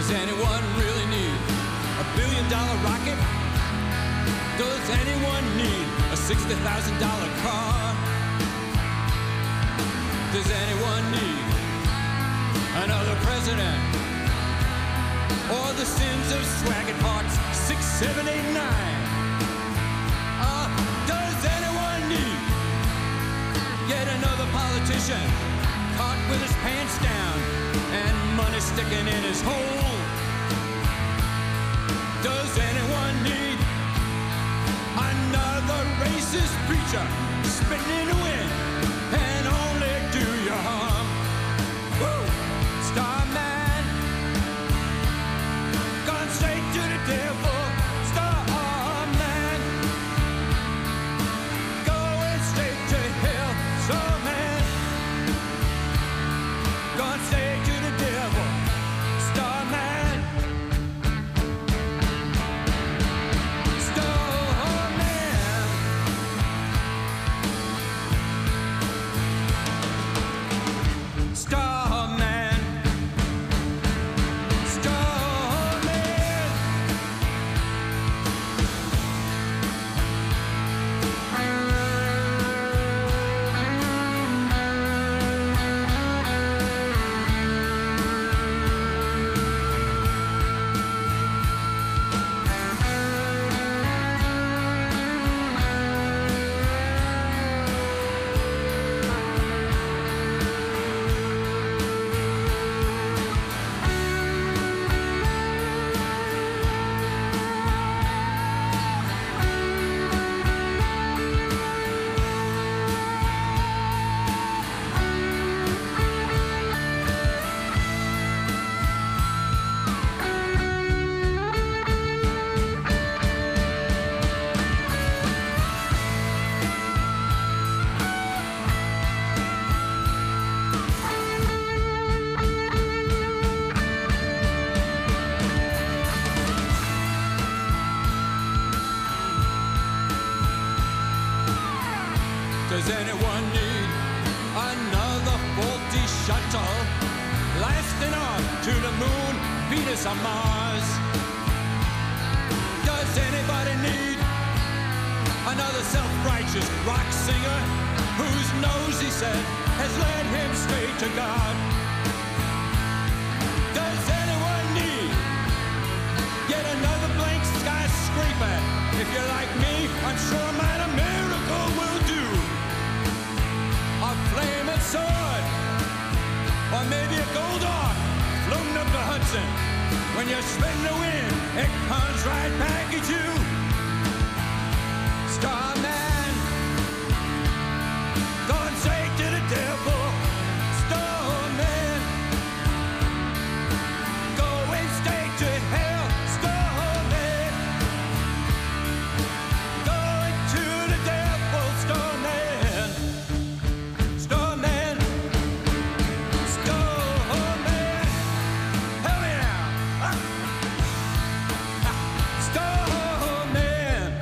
Does anyone really need a billion dollar rocket? Does anyone need a sixty thousand dollar car? Does anyone need another president? Or the sins of swagging parts six, seven, eight, nine? Uh, does anyone need yet another politician caught with his pants down and money sticking in his hole? Does anyone need another racist preacher spitting in the wind and only do you harm? Woo! Starman, gone straight to the devil. Starman, going straight to hell. Starman, gone straight to the devil. Starman, Starman. Starman, does anyone need another faulty shuttle lasting off to the moon, Venus, or Mars? Does anybody need another self-righteous rock singer whose nose, he said, has led him straight to God? Does anyone need yet another blank skyscraper? If you're like me, I'm sure a minor miracle will do. A flaming sword, or maybe a gold ark floating up the Hudson. When you spin the wind, it comes right back at you. Starman, gone straight to the devil. Starman, going straight to hell. Starman, going to the devil. Starman, Starman, Starman, help me now. Ah. Ah. Starman,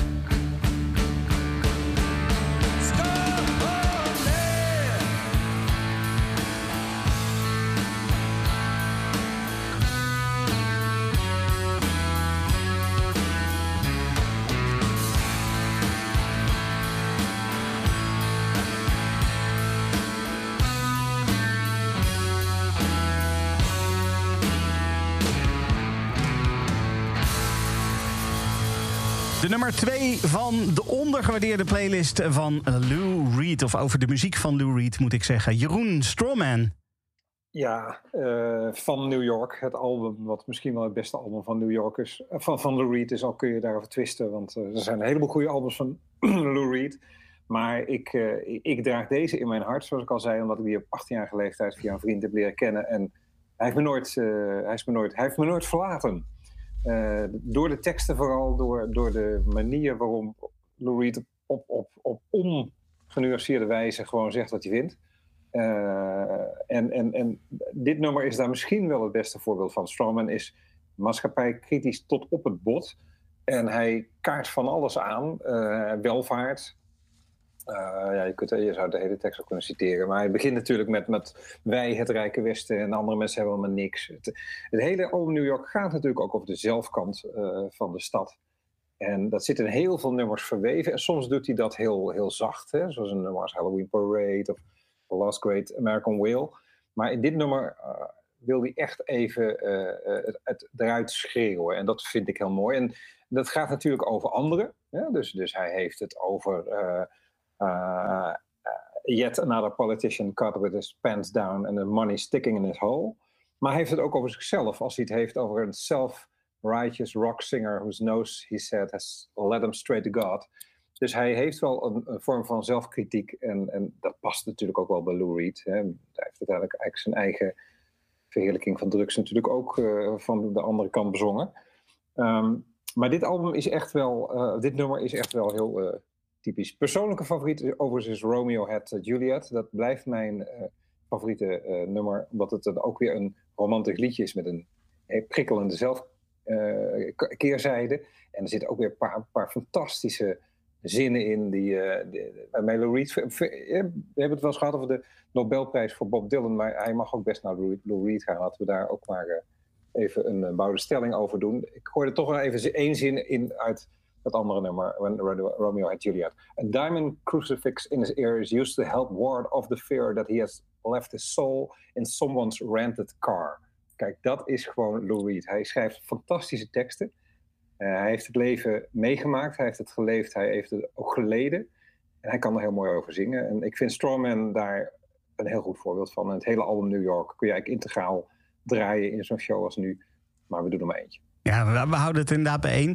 De nummer twee van de ondergewaardeerde playlist van Lou Reed. Of over de muziek van Lou Reed moet ik zeggen. Jeroen, Strawman. Ja, uh, van New York. Het album wat misschien wel het beste album van New York is. Uh, van, van Lou Reed is, al kun je daarover twisten. Want uh, er zijn een heleboel goede albums van Lou Reed. Maar ik, uh, ik, ik draag deze in mijn hart, zoals ik al zei. Omdat ik die op achttienjarige leeftijd via een vriend heb leren kennen. En hij heeft me nooit, uh, hij is me nooit, hij heeft me nooit verlaten. Uh, door de teksten vooral, door, door de manier waarop Lou Reed op, op, op ongenuanceerde wijze gewoon zegt wat hij vindt. Uh, en, en, en dit nummer is daar misschien wel het beste voorbeeld van. Strawman is maatschappij kritisch tot op het bot. En hij kaart van alles aan. Uh, welvaart, Uh, ja, je, kunt, je zou de hele tekst ook kunnen citeren. Maar het begint natuurlijk met, met wij, het Rijke Westen, en andere mensen hebben allemaal niks. Het, het hele album New York gaat natuurlijk ook over de zelfkant uh, van de stad. En dat zit in heel veel nummers verweven. En soms doet hij dat heel, heel zacht. Hè? Zoals een nummer als Halloween Parade of The Last Great American Whale. Maar in dit nummer uh, wil hij echt even uh, uh, het, het eruit schreeuwen. En dat vind ik heel mooi. En dat gaat natuurlijk over anderen. Hè? Dus, dus hij heeft het over... Uh, Uh, uh, yet another politician caught with his pants down and the money sticking in his hole. Maar hij heeft het ook over zichzelf. Als hij het heeft over een self-righteous rock singer whose nose, he said, has led him straight to God. Dus hij heeft wel een, een vorm van zelfkritiek. En, en dat past natuurlijk ook wel bij Lou Reed. Hè. Hij heeft uiteindelijk eigenlijk zijn eigen verheerlijking van drugs natuurlijk ook uh, van de andere kant bezongen. Um, maar dit album is echt wel, uh, dit nummer is echt wel heel... Uh, typisch. Persoonlijke favoriet overigens is Romeo Had Juliet. Dat blijft mijn uh, favoriete uh, nummer. Omdat het dan ook weer een romantisch liedje is met een uh, prikkelende zelf, uh, keerzijde. En er zitten ook weer een paar, paar fantastische zinnen in. Die, uh, die, bij Lou Reed, we hebben het wel eens gehad over de Nobelprijs voor Bob Dylan. Maar hij mag ook best naar Lou, Lou Reed gaan. Laten we daar ook maar uh, even een uh, bouwde stelling over doen. Ik hoorde toch wel even één zin in uit... dat andere nummer, When Romeo Had Juliet. A diamond crucifix in his ear is used to help ward off the fear that he has left his soul in someone's rented car. Kijk, dat is gewoon Lou Reed. Hij schrijft fantastische teksten. Uh, hij heeft het leven meegemaakt, hij heeft het geleefd, hij heeft het ook geleden. En hij kan er heel mooi over zingen. En ik vind Strawman daar een heel goed voorbeeld van. En het hele album New York kun je eigenlijk integraal draaien in zo'n show als nu. Maar we doen er maar eentje. Ja, we, we houden het inderdaad bij één.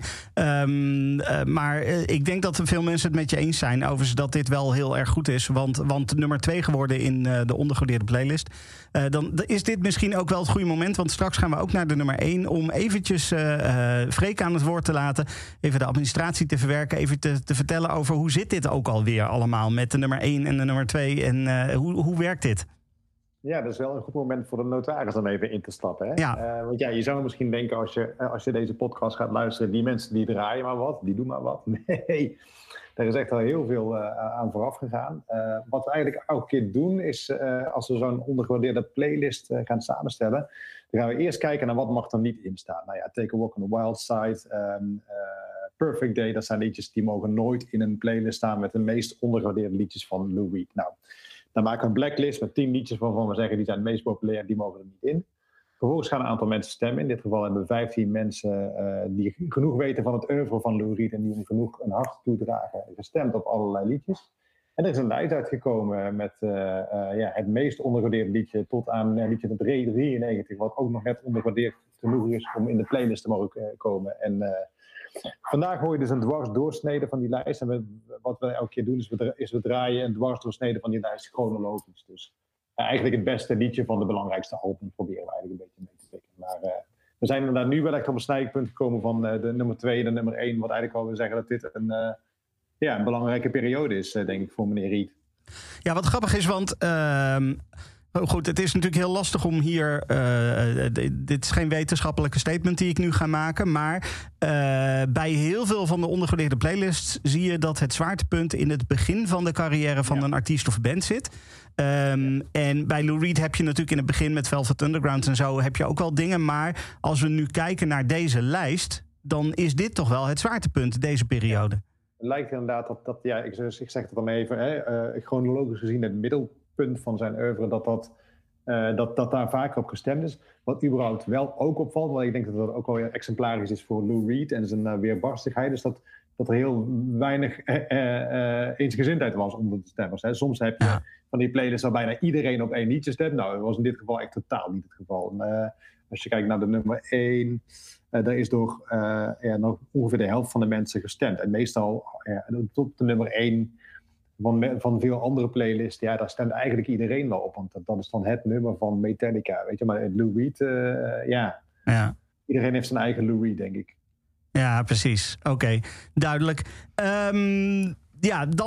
Um, uh, maar uh, ik denk dat veel mensen het met je eens zijn... overigens dat dit wel heel erg goed is. Want, want nummer twee geworden in uh, de ondergewaardeerde playlist. Uh, dan is dit misschien ook wel het goede moment... want straks gaan we ook naar de nummer één... om eventjes uh, uh, Freek aan het woord te laten. Even de administratie te verwerken. Even te, te vertellen over hoe zit dit ook alweer allemaal... met de nummer één en de nummer twee. En uh, hoe, hoe werkt dit? Ja, dat is wel een goed moment voor de notaris om even in te stappen. Hè? Ja. Uh, want ja, je zou misschien denken als je, als je deze podcast gaat luisteren... die mensen die draaien maar wat, die doen maar wat. Nee, daar is echt al heel veel uh, aan vooraf gegaan. Uh, wat we eigenlijk elke keer doen is... Uh, als we zo'n ondergewaardeerde playlist uh, gaan samenstellen... dan gaan we eerst kijken naar wat mag er niet in staan. Nou ja, Take a Walk on the Wild Side... Um, uh, Perfect Day, dat zijn liedjes die mogen nooit in een playlist staan... met de meest ondergewaardeerde liedjes van Lou Reed. Nou... Dan maken we een blacklist met tien liedjes waarvan we zeggen... die zijn het meest populair, die mogen er niet in. Vervolgens gaan een aantal mensen stemmen. In dit geval hebben we vijftien mensen uh, die genoeg weten van het oeuvre van Lou Reed... en die genoeg een hart toedragen, gestemd op allerlei liedjes. En er is een lijst uitgekomen met uh, uh, ja, het meest ondergewaardeerde liedje... tot aan uh, liedje drieënnegentig, wat ook nog net ondergewaardeerd genoeg is... om in de playlist te mogen uh, komen. En uh, vandaag hoor je dus een dwarsdoorsnede van die lijst. En we, wat we elke keer doen is we, is we draaien een dwarsdoorsnede van die lijst chronologisch. Dus uh, eigenlijk het beste liedje van de belangrijkste album proberen we eigenlijk een beetje mee te pikken. Maar uh, we zijn inderdaad nu wel echt op een snijpunt gekomen van uh, de nummer twee en de nummer één. Wat eigenlijk al wil zeggen dat dit een, uh, ja, een belangrijke periode is, uh, denk ik, voor meneer Reed. Ja, wat grappig is, want... Uh... Goed, het is natuurlijk heel lastig om hier... Uh, d- dit is geen wetenschappelijke statement die ik nu ga maken... maar uh, bij heel veel van de ondergewaardeerde playlists... zie je dat het zwaartepunt in het begin van de carrière... van ja. een artiest of band zit. Um, ja. En bij Lou Reed heb je natuurlijk in het begin... met Velvet Underground en zo heb je ook wel dingen... maar als we nu kijken naar deze lijst... dan is dit toch wel het zwaartepunt, deze periode. Ja. Het lijkt inderdaad dat... dat ja, ik, ik zeg het dan even... Hè, uh, chronologisch gezien het middel... punt van zijn oeuvre, dat, dat, uh, dat, dat daar vaker op gestemd is. Wat überhaupt wel ook opvalt, want ik denk dat dat ook wel exemplarisch is voor Lou Reed en zijn uh, weerbarstigheid, is dat, dat er heel weinig uh, uh, eensgezindheid was onder de stemmers. Hè. Soms heb je ja. van die playlists waar bijna iedereen op één liedje stemt. Nou, dat was in dit geval echt totaal niet het geval. En, uh, als je kijkt naar de nummer één, uh, daar is door uh, ja, nog ongeveer de helft van de mensen gestemd. En meestal uh, tot de nummer één Van, van veel andere playlists, ja, daar stemt eigenlijk iedereen wel op. Want dat, dat is dan het nummer van Metallica, weet je. Maar Lou Reed, uh, ja. ja. Iedereen heeft zijn eigen Lou Reed, denk ik. Ja, precies. Oké, okay. Duidelijk. Um, ja, dan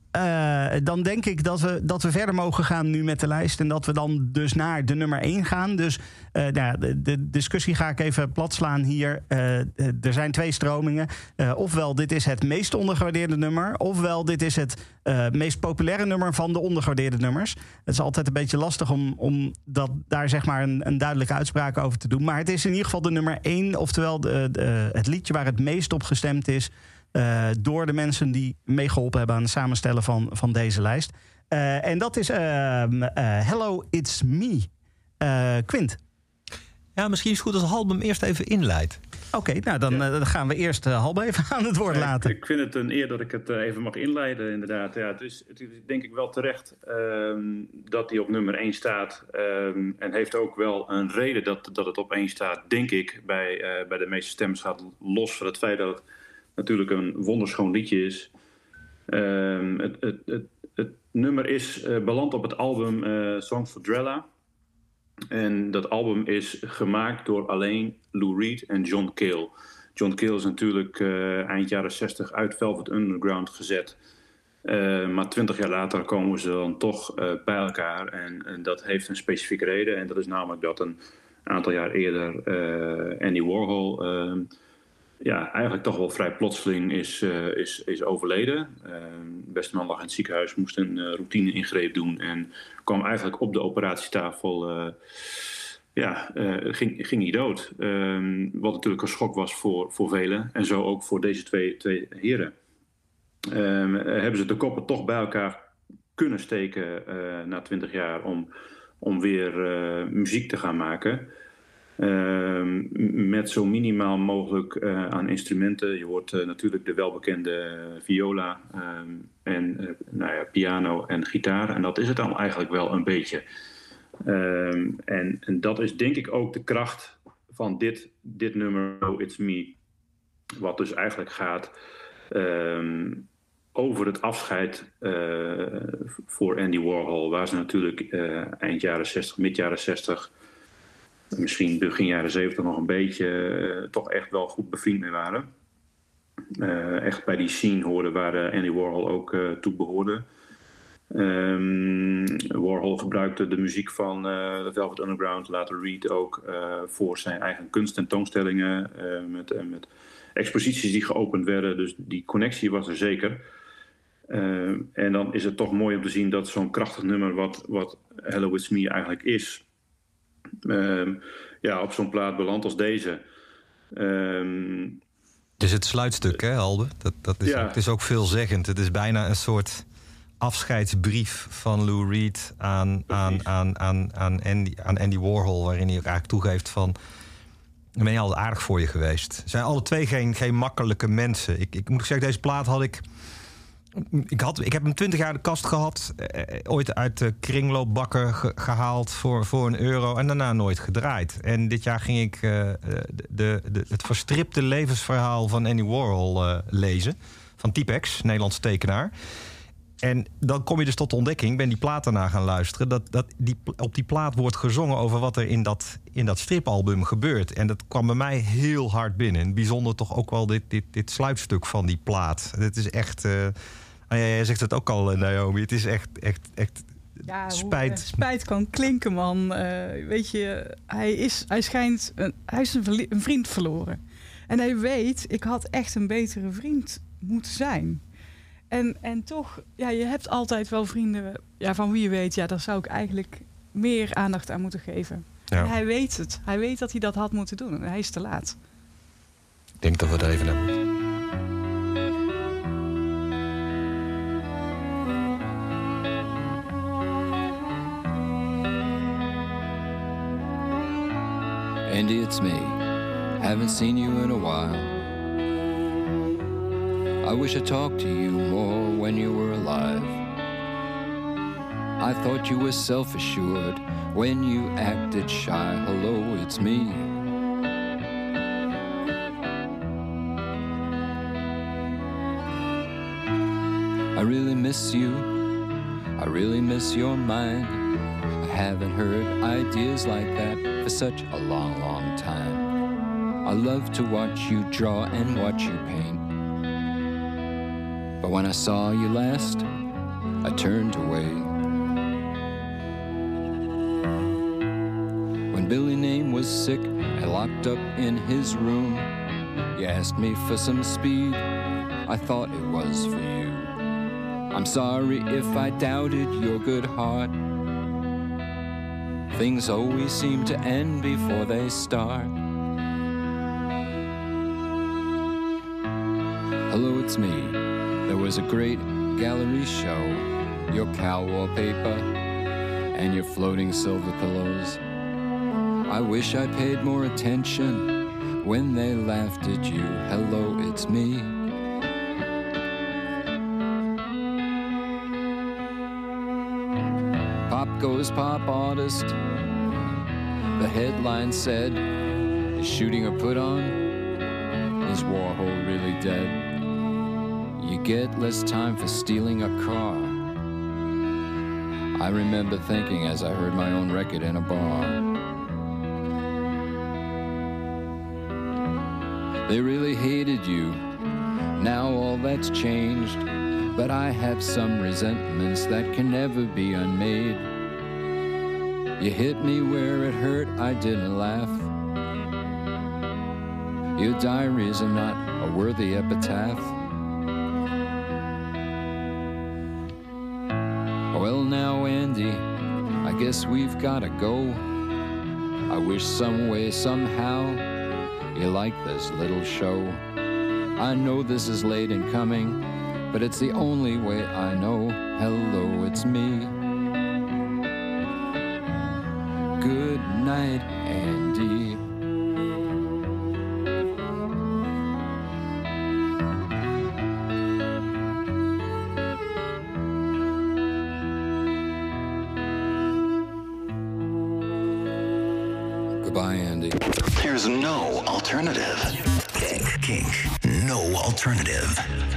uh, dan denk ik dat we, dat we verder mogen gaan nu met de lijst. En dat we dan dus naar de nummer één gaan. Dus uh, nou, de, de discussie ga ik even platslaan hier. Uh, er zijn twee stromingen. Uh, ofwel dit is het meest ondergewaardeerde nummer. Ofwel dit is het uh, meest populaire nummer van de ondergewaardeerde nummers. Het is altijd een beetje lastig om, om dat, daar zeg maar een, een duidelijke uitspraak over te doen. Maar het is in ieder geval de nummer één. Oftewel de, de, het liedje waar het meest op gestemd is. Uh, door de mensen die meegeholpen hebben aan het samenstellen van, van deze lijst. Uh, en dat is uh, uh, Hello, It's Me. Uh, Quint. Ja, misschien is het goed als Halbe eerst even inleidt. Oké, okay, nou dan, ja. uh, dan gaan we eerst uh, Halbe even aan het woord ja, laten. Ik, ik vind het een eer dat ik het uh, even mag inleiden, inderdaad. Ja, het, is, het is denk ik wel terecht um, dat hij op nummer één staat. Um, en heeft ook wel een reden dat, dat het op één staat, denk ik, bij, uh, bij de meeste stemmers gaat. Los van het feit dat het natuurlijk een wonderschoon liedje is. Um, het, het, het, het nummer is uh, beland op het album uh, Songs for Drella. En dat album is gemaakt door alleen Lou Reed en John Cale. John Cale is natuurlijk uh, eind jaren zestig uit Velvet Underground gezet. Uh, maar twintig jaar later komen ze dan toch uh, bij elkaar. En, en dat heeft een specifieke reden. En dat is namelijk dat een aantal jaar eerder uh, Andy Warhol... Uh, ja, eigenlijk toch wel vrij plotseling is, uh, is, is overleden. Uh, de beste man lag in het ziekenhuis, moest een uh, routine-ingreep doen... en kwam eigenlijk op de operatietafel... Uh, ja, uh, ging, ging hij dood. Uh, wat natuurlijk een schok was voor, voor velen. En zo ook voor deze twee, twee heren. Uh, hebben ze de koppen toch bij elkaar kunnen steken uh, na twintig jaar... om, om weer uh, muziek te gaan maken... Uh, met zo minimaal mogelijk uh, aan instrumenten. Je hoort uh, natuurlijk de welbekende viola uh, en uh, nou ja, piano en gitaar. En dat is het dan eigenlijk wel een beetje. Uh, en, en dat is denk ik ook de kracht van dit, dit nummer, Oh It's Me. Wat dus eigenlijk gaat uh, over het afscheid uh, voor Andy Warhol. Waar ze natuurlijk uh, eind jaren zestig, mid jaren zestig... misschien begin jaren zeventig nog een beetje uh, toch echt wel goed bevriend mee waren. Uh, echt bij die scene hoorden waar uh, Andy Warhol ook uh, toe behoorde. Um, Warhol gebruikte de muziek van uh, de Velvet Underground, later Reed ook, uh, voor zijn eigen kunsttentoonstellingen. Uh, met, uh, met exposities die geopend werden, dus die connectie was er zeker. Uh, en dan is het toch mooi om te zien dat zo'n krachtig nummer wat, wat Hello It's Me eigenlijk is... Um, ja, op zo'n plaat beland als deze. Um, het is het sluitstuk, hè, Halbe? Dat, dat is, ja. ook, het is ook veelzeggend. Het is bijna een soort afscheidsbrief van Lou Reed aan, aan, aan, aan, aan, Andy, aan Andy Warhol... waarin hij ook eigenlijk toegeeft van... dan ben je altijd aardig voor je geweest. Ze zijn alle twee geen, geen makkelijke mensen. Ik, ik moet zeggen, deze plaat had ik... Ik, had, ik heb hem twintig jaar in de kast gehad. Eh, ooit uit de kringloopbakken ge, gehaald voor, voor een euro. En daarna nooit gedraaid. En dit jaar ging ik uh, de, de, het verstripte levensverhaal van Andy Warhol uh, lezen. Van Typex, Nederlands tekenaar. En dan kom je dus tot de ontdekking, ik ben die plaat daarna gaan luisteren... dat, dat die, op die plaat wordt gezongen over wat er in dat, in dat stripalbum gebeurt. En dat kwam bij mij heel hard binnen. En bijzonder toch ook wel dit, dit, dit sluitstuk van die plaat. Het is echt... Uh, jij zegt het ook al, Naomi. Het is echt, echt, echt ja, spijt. Hoe, uh, spijt kan klinken, man. Uh, weet je, hij, is, hij schijnt... Een, hij is een, een vriend verloren. En hij weet, ik had echt een betere vriend moeten zijn... En, en toch, ja, je hebt altijd wel vrienden ja, van wie je weet... ja, daar zou ik eigenlijk meer aandacht aan moeten geven. Ja. En hij weet het. Hij weet dat hij dat had moeten doen. En hij is te laat. Ik denk dat we er even naar moeten. Andy, it's me. Haven't seen you in a while. I wish I talked to you more when you were alive. I thought you were self-assured when you acted shy. Hello, it's me. I really miss you. I really miss your mind. I haven't heard ideas like that for such a long, long time. I love to watch you draw and watch you paint. But when I saw you last, I turned away. When Billy Name was sick and locked up in his room, he asked me for some speed. I thought it was for you. I'm sorry if I doubted your good heart. Things always seem to end before they start. Hello, it's me. There was a great gallery show. Your cow wallpaper and your floating silver pillows. I wish I paid more attention when they laughed at you. Hello, it's me. Pop goes pop artist. The headline said, is shooting or put on? Is Warhol really dead? You get less time for stealing a car. I remember thinking as I heard my own record in a bar. They really hated you. Now all that's changed. But I have some resentments that can never be unmade. You hit me where it hurt, I didn't laugh. Your diaries are not a worthy epitaph. Well now, Andy, I guess we've gotta go. I wish some way, somehow, you like this little show. I know this is late in coming, but it's the only way I know. Hello, it's me. Good night, Andy. Goodbye, Andy. There's no alternative. Kink, kink, no alternative.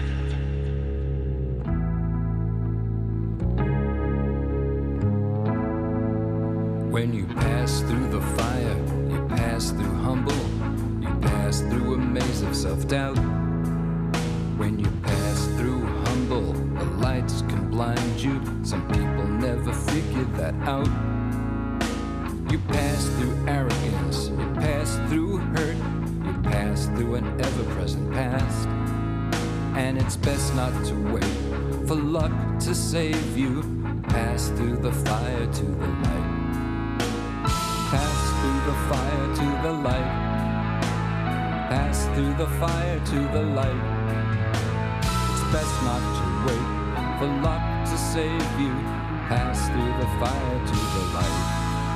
When you pass through the fire, you pass through humble, you pass through a maze of self-doubt. When you pass through humble, the lights can blind you. Some people never figure that out. You pass through arrogance, you pass through hurt, you pass through an ever-present past. And it's best not to wait for luck to save you. Pass through the fire to the light. Pass through the fire to the light. Pass through the fire to the light. It's best not to wait for luck to save you. Pass through the fire to the light.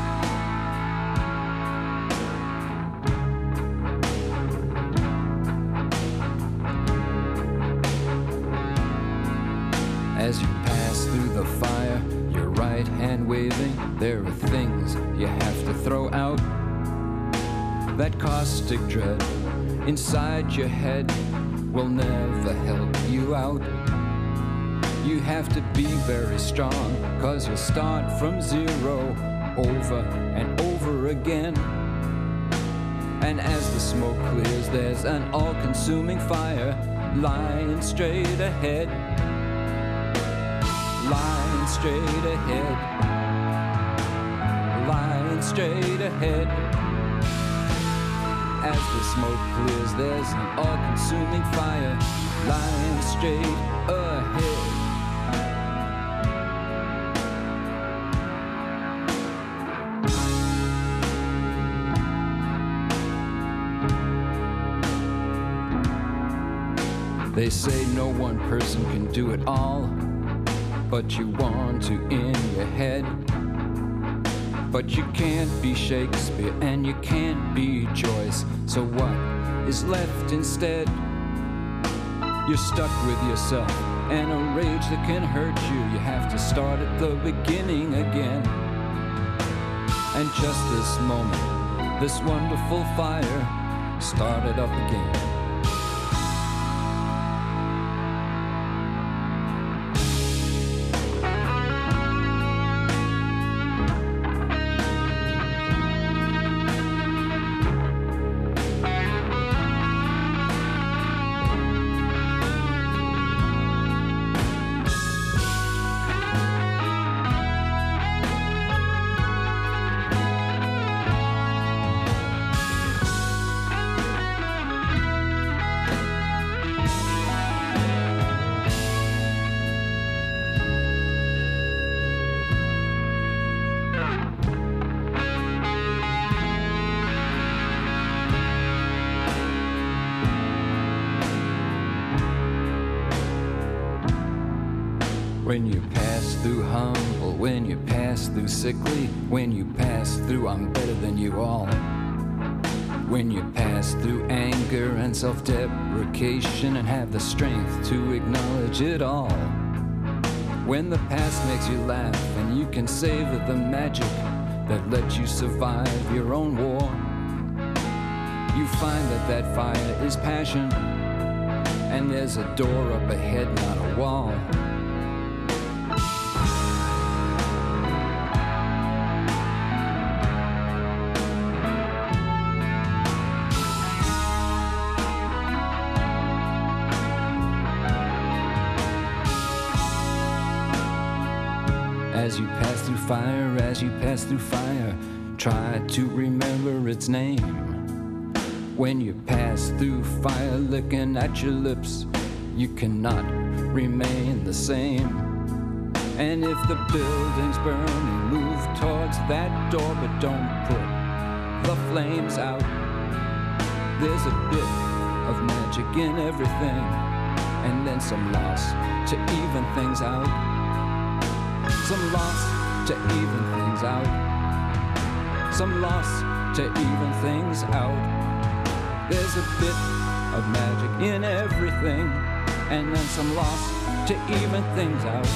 As you pass through the fire, your right hand waving, there are things you have to throw out. That caustic dread inside your head will never help you out. You have to be very strong, cause you'll start from zero over and over again. And as the smoke clears, there's an all-consuming fire lying straight ahead. Lying straight ahead. Lying straight ahead. As the smoke clears, there's an all-consuming fire lying straight ahead. They say no one person can do it all, but you want to in your head. But you can't be Shakespeare and you can't be Joyce. So what is left instead? You're stuck with yourself and a rage that can hurt you. You have to start at the beginning again. And just this moment, this wonderful fire started up again. When you pass through humble, when you pass through sickly, when you pass through I'm better than you all. When you pass through anger and self-deprecation and have the strength to acknowledge it all. When the past makes you laugh and you can savor the magic that lets you survive your own war. You find that that fire is passion and there's a door up ahead, not a wall. As you pass through fire, as you pass through fire, try to remember its name. When you pass through fire licking at your lips, you cannot remain the same. And if the building's burning, move towards that door, but don't put the flames out. There's a bit of magic in everything, and then some loss to even things out. Some loss to even things out. Some loss to even things out. There's a bit of magic in everything, and then some loss to even things out.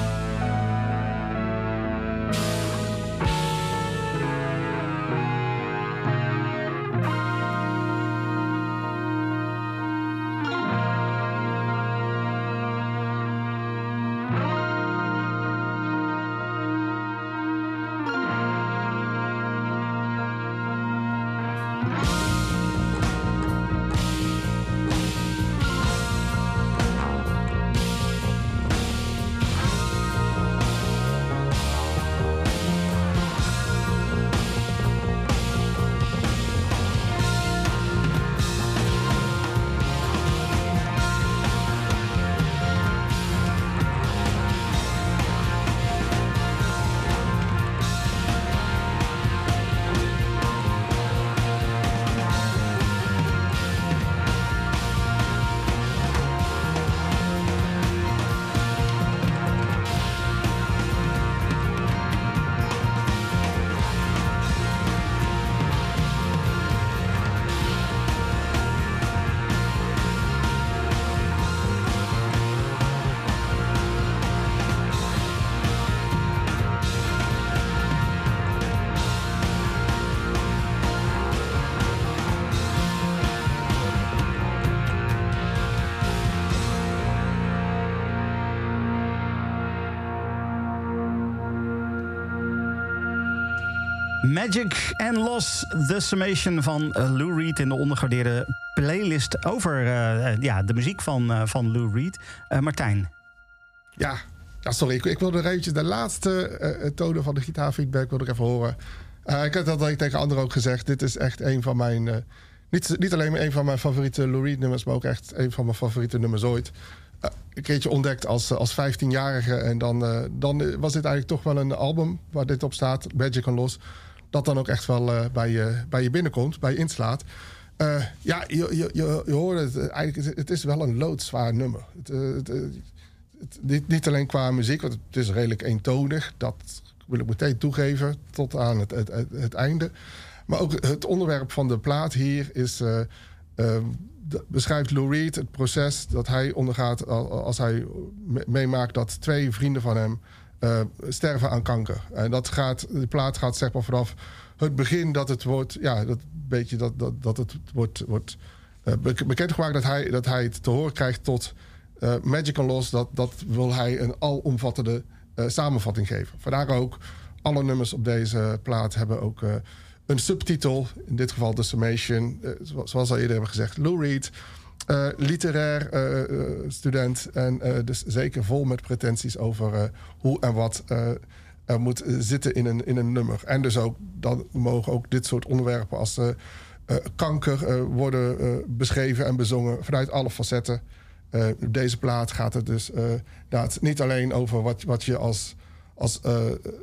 Magic and Loss, The Summation van Lou Reed in de ondergewaardeerde playlist over uh, ja, de muziek van, uh, van Lou Reed. Uh, Martijn. Ja, ja sorry, ik, ik wilde er eventjes de laatste uh, tonen van de gitaarfeedback wil ik even horen. Uh, ik heb dat ik tegen anderen ook gezegd. Dit is echt een van mijn, uh, niet, niet alleen een van mijn favoriete Lou Reed nummers, maar ook echt een van mijn favoriete nummers ooit. Uh, een keertje ontdekt als, als vijftienjarige en dan, uh, dan was dit eigenlijk toch wel een album waar dit op staat, Magic and Loss. Dat dan ook echt wel uh, bij, je, bij je binnenkomt, bij je inslaat. Uh, ja, je, je, je, je hoort het. Eigenlijk, het is wel een loodzwaar nummer. Het, uh, het, uh, het, niet, niet alleen qua muziek, want het is redelijk eentonig. Dat wil ik meteen toegeven, tot aan het, het, het, het einde. Maar ook het onderwerp van de plaat hier is... Uh, uh, de, beschrijft Lou Reed het proces dat hij ondergaat... als hij me- meemaakt dat twee vrienden van hem... Uh, sterven aan kanker. En dat gaat, de plaat gaat zeg maar vanaf het begin dat het wordt, ja, dat beetje dat, dat, dat het wordt, wordt uh, bekendgemaakt dat hij, dat hij het te horen krijgt tot uh, Magic and Loss. Dat, dat wil hij een alomvattende uh, samenvatting geven. Vandaar ook, alle nummers op deze plaat hebben ook uh, een subtitel. In dit geval The Summation. Uh, zoals al eerder hebben gezegd, Lou Reed. Uh, literair uh, uh, student en uh, dus zeker vol met pretenties over uh, hoe en wat uh, er moet zitten in een, in een nummer. En dus ook, dan mogen ook dit soort onderwerpen als uh, uh, kanker uh, worden uh, beschreven en bezongen vanuit alle facetten. Uh, deze plaat gaat het dus uh, nou, niet alleen over wat, wat je als, als, uh,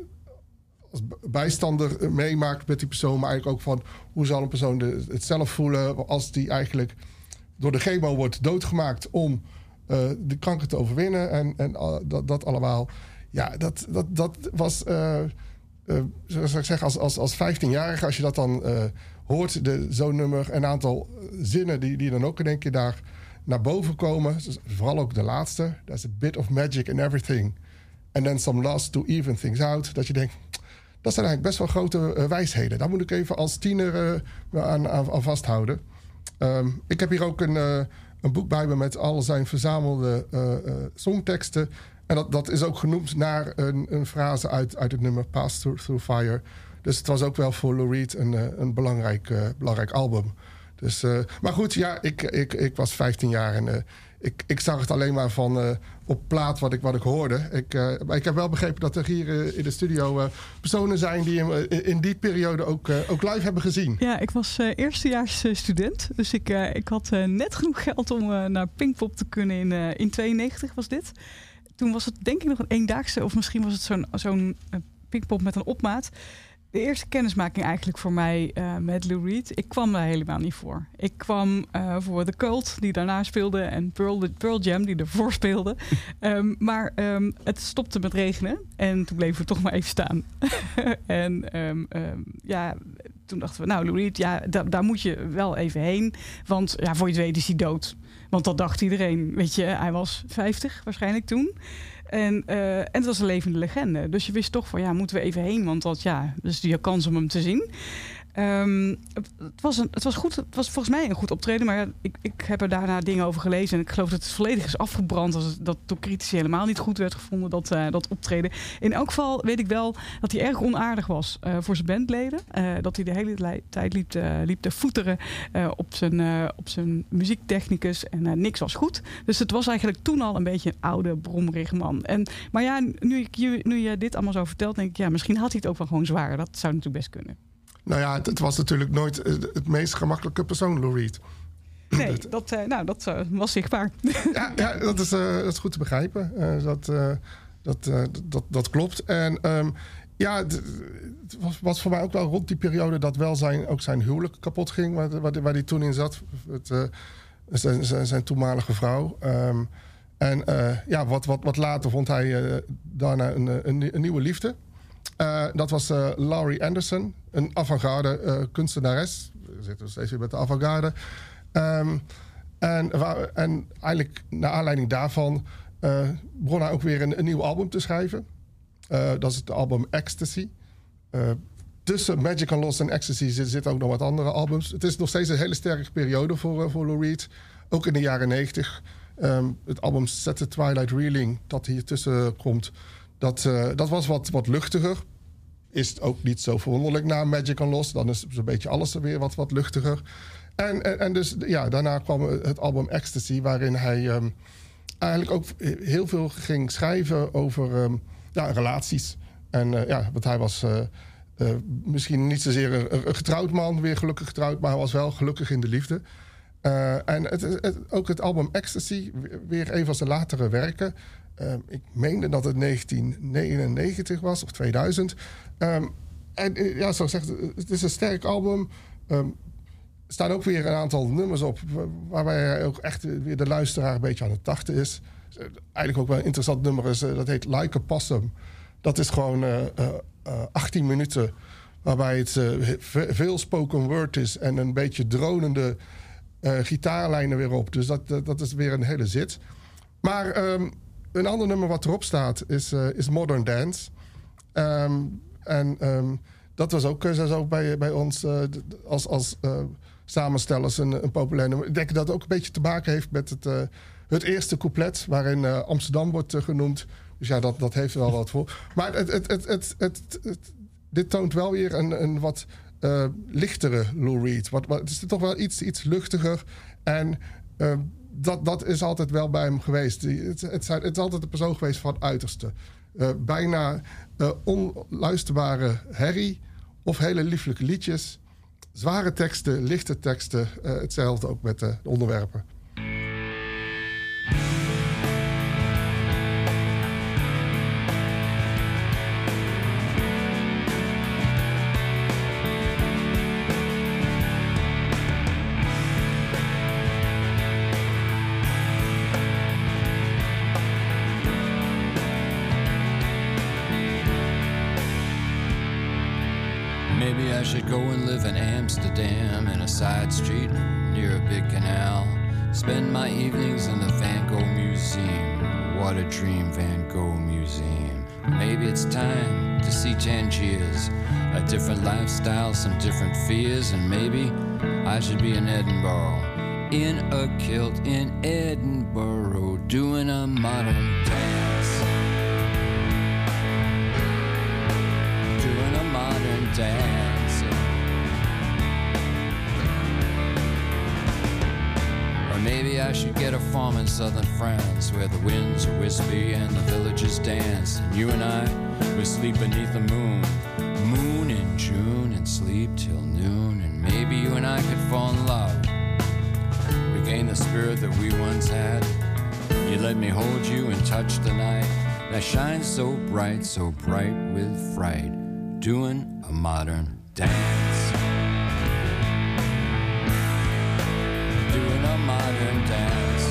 als bijstander meemaakt met die persoon, maar eigenlijk ook van hoe zal een persoon de, het zelf voelen als die eigenlijk door de chemo wordt doodgemaakt om uh, de kanker te overwinnen en, en uh, dat, dat allemaal. Ja, dat, dat, dat was, uh, uh, zoals ik zeg, als, als, als vijftienjarige, als je dat dan uh, hoort, de, zo'n nummer, een aantal zinnen die, die dan ook in één keer daar naar boven komen. Dus vooral ook de laatste. There's a bit of magic in everything. And then some loss to even things out. Dat je denkt, dat zijn eigenlijk best wel grote uh, wijsheden. Daar moet ik even als tiener uh, aan, aan, aan vasthouden. Um, ik heb hier ook een, uh, een boek bij me met al zijn verzamelde uh, uh, songteksten. En dat, dat is ook genoemd naar een, een frase uit, uit het nummer Pass Through, Through Fire. Dus het was ook wel voor Lou Reed een, uh, een belangrijk, uh, belangrijk album. Dus, uh, maar goed, ja, ik, ik, ik was vijftien jaar en uh, ik, ik zag het alleen maar van uh, op plaat wat ik, wat ik hoorde. Ik, uh, maar ik heb wel begrepen dat er hier uh, in de studio uh, personen zijn die hem uh, in die periode ook, uh, ook live hebben gezien. Ja, ik was uh, eerstejaars uh, student. Dus ik, uh, ik had uh, net genoeg geld om uh, naar Pinkpop te kunnen in, uh, in tweeënnegentig was dit. Toen was het denk ik nog een eendaagse, of misschien was het zo'n, zo'n uh, Pinkpop met een opmaat. De eerste kennismaking eigenlijk voor mij uh, met Lou Reed. Ik kwam daar helemaal niet voor. Ik kwam uh, voor The Cult, die daarna speelde. En Pearl, de Pearl Jam, die ervoor speelde. Um, maar um, het stopte met regenen. En toen bleven we toch maar even staan. en um, um, ja, toen dachten we, nou Lou Reed, ja, da- daar moet je wel even heen. Want ja, voor je het weet is hij dood. Want dat dacht iedereen. Weet je, hij was vijftig waarschijnlijk toen. En, uh, en het was een levende legende. Dus je wist toch van, ja, moeten we even heen. Want dat, ja, dus die kans om hem te zien. Um, het, was een, het was goed. Het was volgens mij een goed optreden. Maar ja, ik, ik heb er daarna dingen over gelezen. En ik geloof dat het volledig is afgebrand. Als het, dat door critici helemaal niet goed werd gevonden, dat, uh, dat optreden. In elk geval weet ik wel dat hij erg onaardig was uh, voor zijn bandleden. Uh, dat hij de hele li- tijd liep, uh, liep te voeteren uh, op, zijn, uh, op zijn muziektechnicus. En uh, niks was goed. Dus het was eigenlijk toen al een beetje een oude, brommerige man. En, maar ja, nu, ik, nu je dit allemaal zo vertelt, denk ik, ja, misschien had hij het ook wel gewoon zwaar. Dat zou natuurlijk best kunnen. Nou ja, het, het was natuurlijk nooit het meest gemakkelijke persoon, Lou Reed. Nee, dat, uh, nou, dat uh, was zichtbaar. Ja, ja dat, is, uh, dat is goed te begrijpen. Uh, dat, uh, dat, uh, dat, dat klopt. En um, ja, het was, was voor mij ook wel rond die periode dat wel zijn, ook zijn huwelijk kapot ging, waar, waar, waar hij toen in zat. Het, uh, zijn, zijn, zijn toenmalige vrouw. Um, en uh, ja, wat, wat, wat later vond hij uh, daarna een, een, een nieuwe liefde. Uh, dat was uh, Laurie Anderson, een avant-garde uh, kunstenares. We zitten steeds weer met de avant-garde. Um, en, en eigenlijk naar aanleiding daarvan uh, begon hij ook weer een, een nieuw album te schrijven. Uh, dat is het album Ecstasy. Uh, tussen Magic and Lost en Ecstasy zitten ook nog wat andere albums. Het is nog steeds een hele sterke periode voor, uh, voor Lou Reed. Ook in de jaren negentig. Um, het album Set the Twilight Reeling, dat hier tussen komt. Dat, uh, dat was wat, wat luchtiger. Is ook niet zo verwonderlijk na Magic and Lost. Dan is zo'n beetje alles er weer wat, wat luchtiger. En, en, en dus ja, daarna kwam het album Ecstasy, waarin hij um, eigenlijk ook heel veel ging schrijven over um, ja, relaties. En uh, ja, want hij was uh, uh, misschien niet zozeer een, een getrouwd man, weer gelukkig getrouwd, maar hij was wel gelukkig in de liefde. Uh, en het, het, ook het album Ecstasy, weer een van zijn latere werken. Um, ik meende dat het negentien negenennegentig was, of tweeduizend. Um, en uh, ja, zoals gezegd, het is een sterk album. Um, er staan ook weer een aantal nummers op, waarbij hij ook echt weer de luisteraar een beetje aan het tachten is. Uh, eigenlijk ook wel een interessant nummer is, uh, dat heet Like a Possum. Dat is gewoon uh, uh, uh, achttien minuten, waarbij het uh, veel spoken word is en een beetje dronende uh, gitaarlijnen weer op. Dus dat, uh, dat is weer een hele zit. Maar um, een ander nummer wat erop staat is, uh, is Modern Dance. Um, en um, dat was ook, uh, ook bij, bij ons uh, als, als uh, samenstellers een, een populair nummer. Ik denk dat het ook een beetje te maken heeft met het, uh, het eerste couplet, waarin uh, Amsterdam wordt uh, genoemd. Dus ja, dat, dat heeft er wel wat voor. Maar het, het, het, het, het, het, dit toont wel weer een, een wat uh, lichtere Lou Reed. Wat, wat, het is toch wel iets, iets luchtiger. En uh, dat, dat is altijd wel bij hem geweest. Het, het, het is altijd een persoon geweest van het uiterste. Uh, bijna uh, onluisterbare herrie of hele lieflijke liedjes. Zware teksten, lichte teksten. Uh, hetzelfde ook met uh, de onderwerpen. maybe I should go and live in Amsterdam in a side street near a big canal. Spend my evenings in the Van Gogh Museum. What a dream, Van Gogh Museum. Maybe it's time to see Tangiers. A different lifestyle, some different fears. And maybe I should be in Edinburgh, in a kilt in Edinburgh, doing a modern dance. Doing a modern dance. Or maybe I should get a farm in southern France, where the winds are wispy and the villagers dance. And you and I, we sleep beneath the moon, moon in June, and sleep till noon. And maybe you and I could fall in love, regain the spirit that we once had. You let me hold you and touch the night that shines so bright, so bright with fright, doing a modern dance. Doing a modern dance.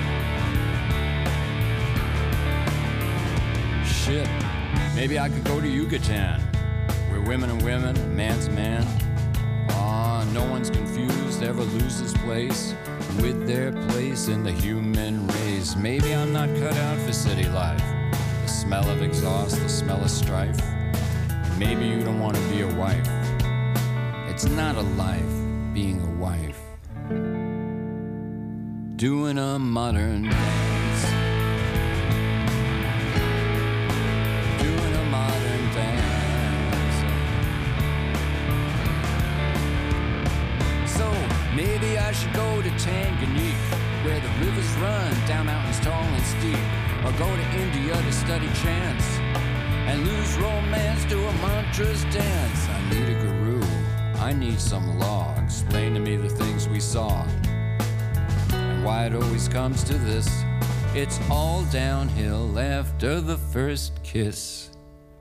Shit, maybe I could go to Yucatan, where women are women, man's a man. Ah, no one's confused, ever loses place with their place in the human race. Maybe I'm not cut out for city life, the smell of exhaust, the smell of strife. Maybe you don't want to be a wife. It's not a life being a wife. Doing a modern dance. Doing a modern dance. So maybe I should go to Tanganyika, where the rivers run down mountains tall and steep, or go to India to study chants and lose romance to a mantra's dance. I need a guru, I need some law. Explain to me the things we saw, and why it always comes to this. It's all downhill after the first kiss.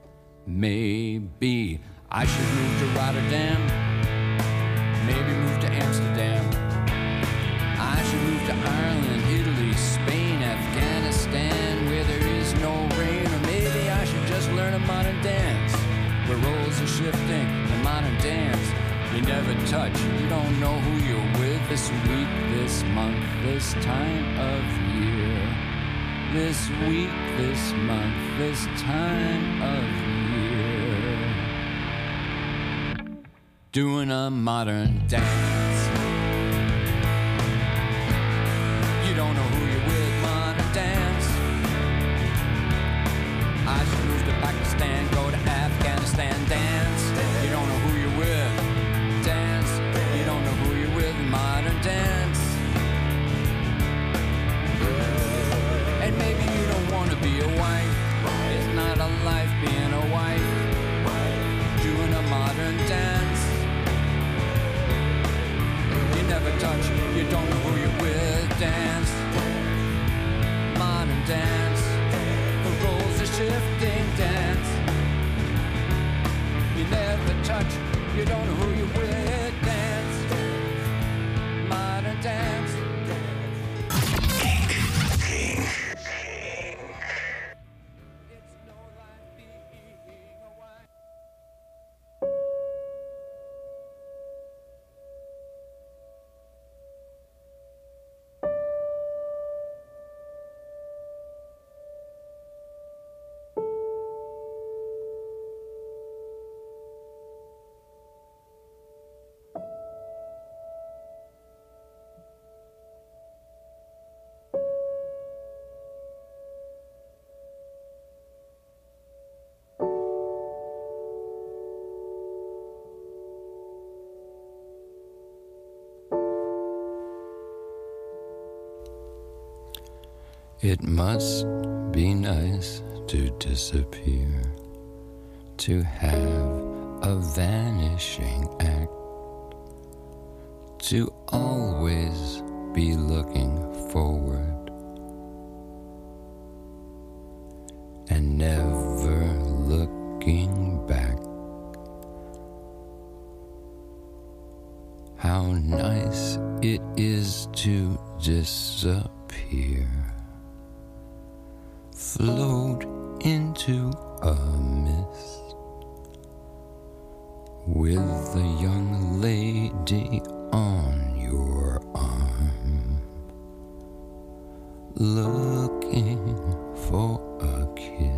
Maybe I should move to Rotterdam, maybe move to Amsterdam. I should move to Ireland, Italy, Spain, Afghanistan, where there is no rain. Or maybe I should just learn a modern dance, where roles are shifting, a modern dance you never touch. You don't know who you're with this week, this month, this time of year. This week, this month, this time of year. Doing a modern dance. You don't know who you're with, modern dance. I should move to Pakistan, go to Afghanistan, dance. You don't know who you're with, dance. You don't know who you're with, modern dance. And maybe you don't want to be a wife. It's not a life being a wife. Doing a modern dance. You never touch, you don't know who you're with, dance. Modern dance. The roles are shifting, dance. You never touch, you don't know who you're with, dance. Modern dance. Kink. Kink. It must be nice to disappear, to have a vanishing act, to always be looking forward and never looking back. How nice it is to disappear, float into a mist with the young lady on your arm, looking for a kiss.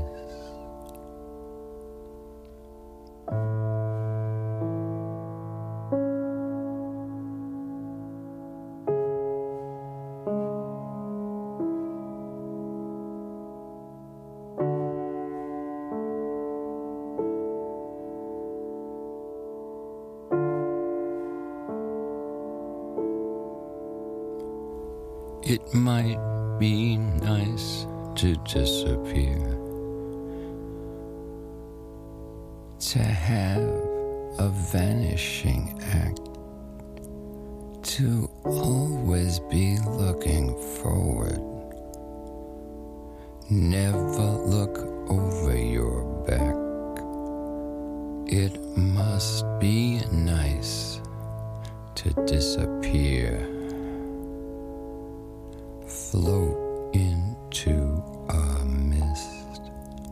It might be nice to disappear, to have a vanishing act, to always be looking forward, never look over your back. It must be nice to disappear, float into a mist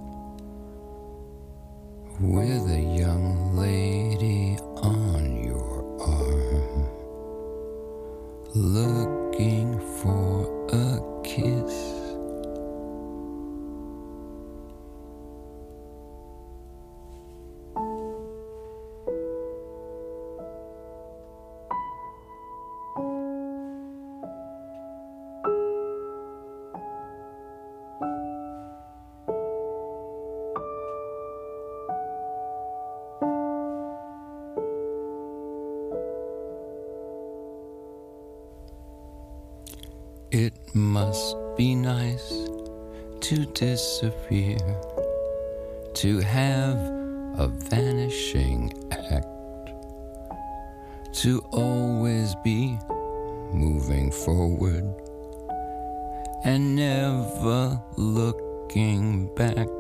with a young lady on your arm, looking for a kiss. It must be nice to disappear, to have a vanishing act, to always be moving forward and never looking back.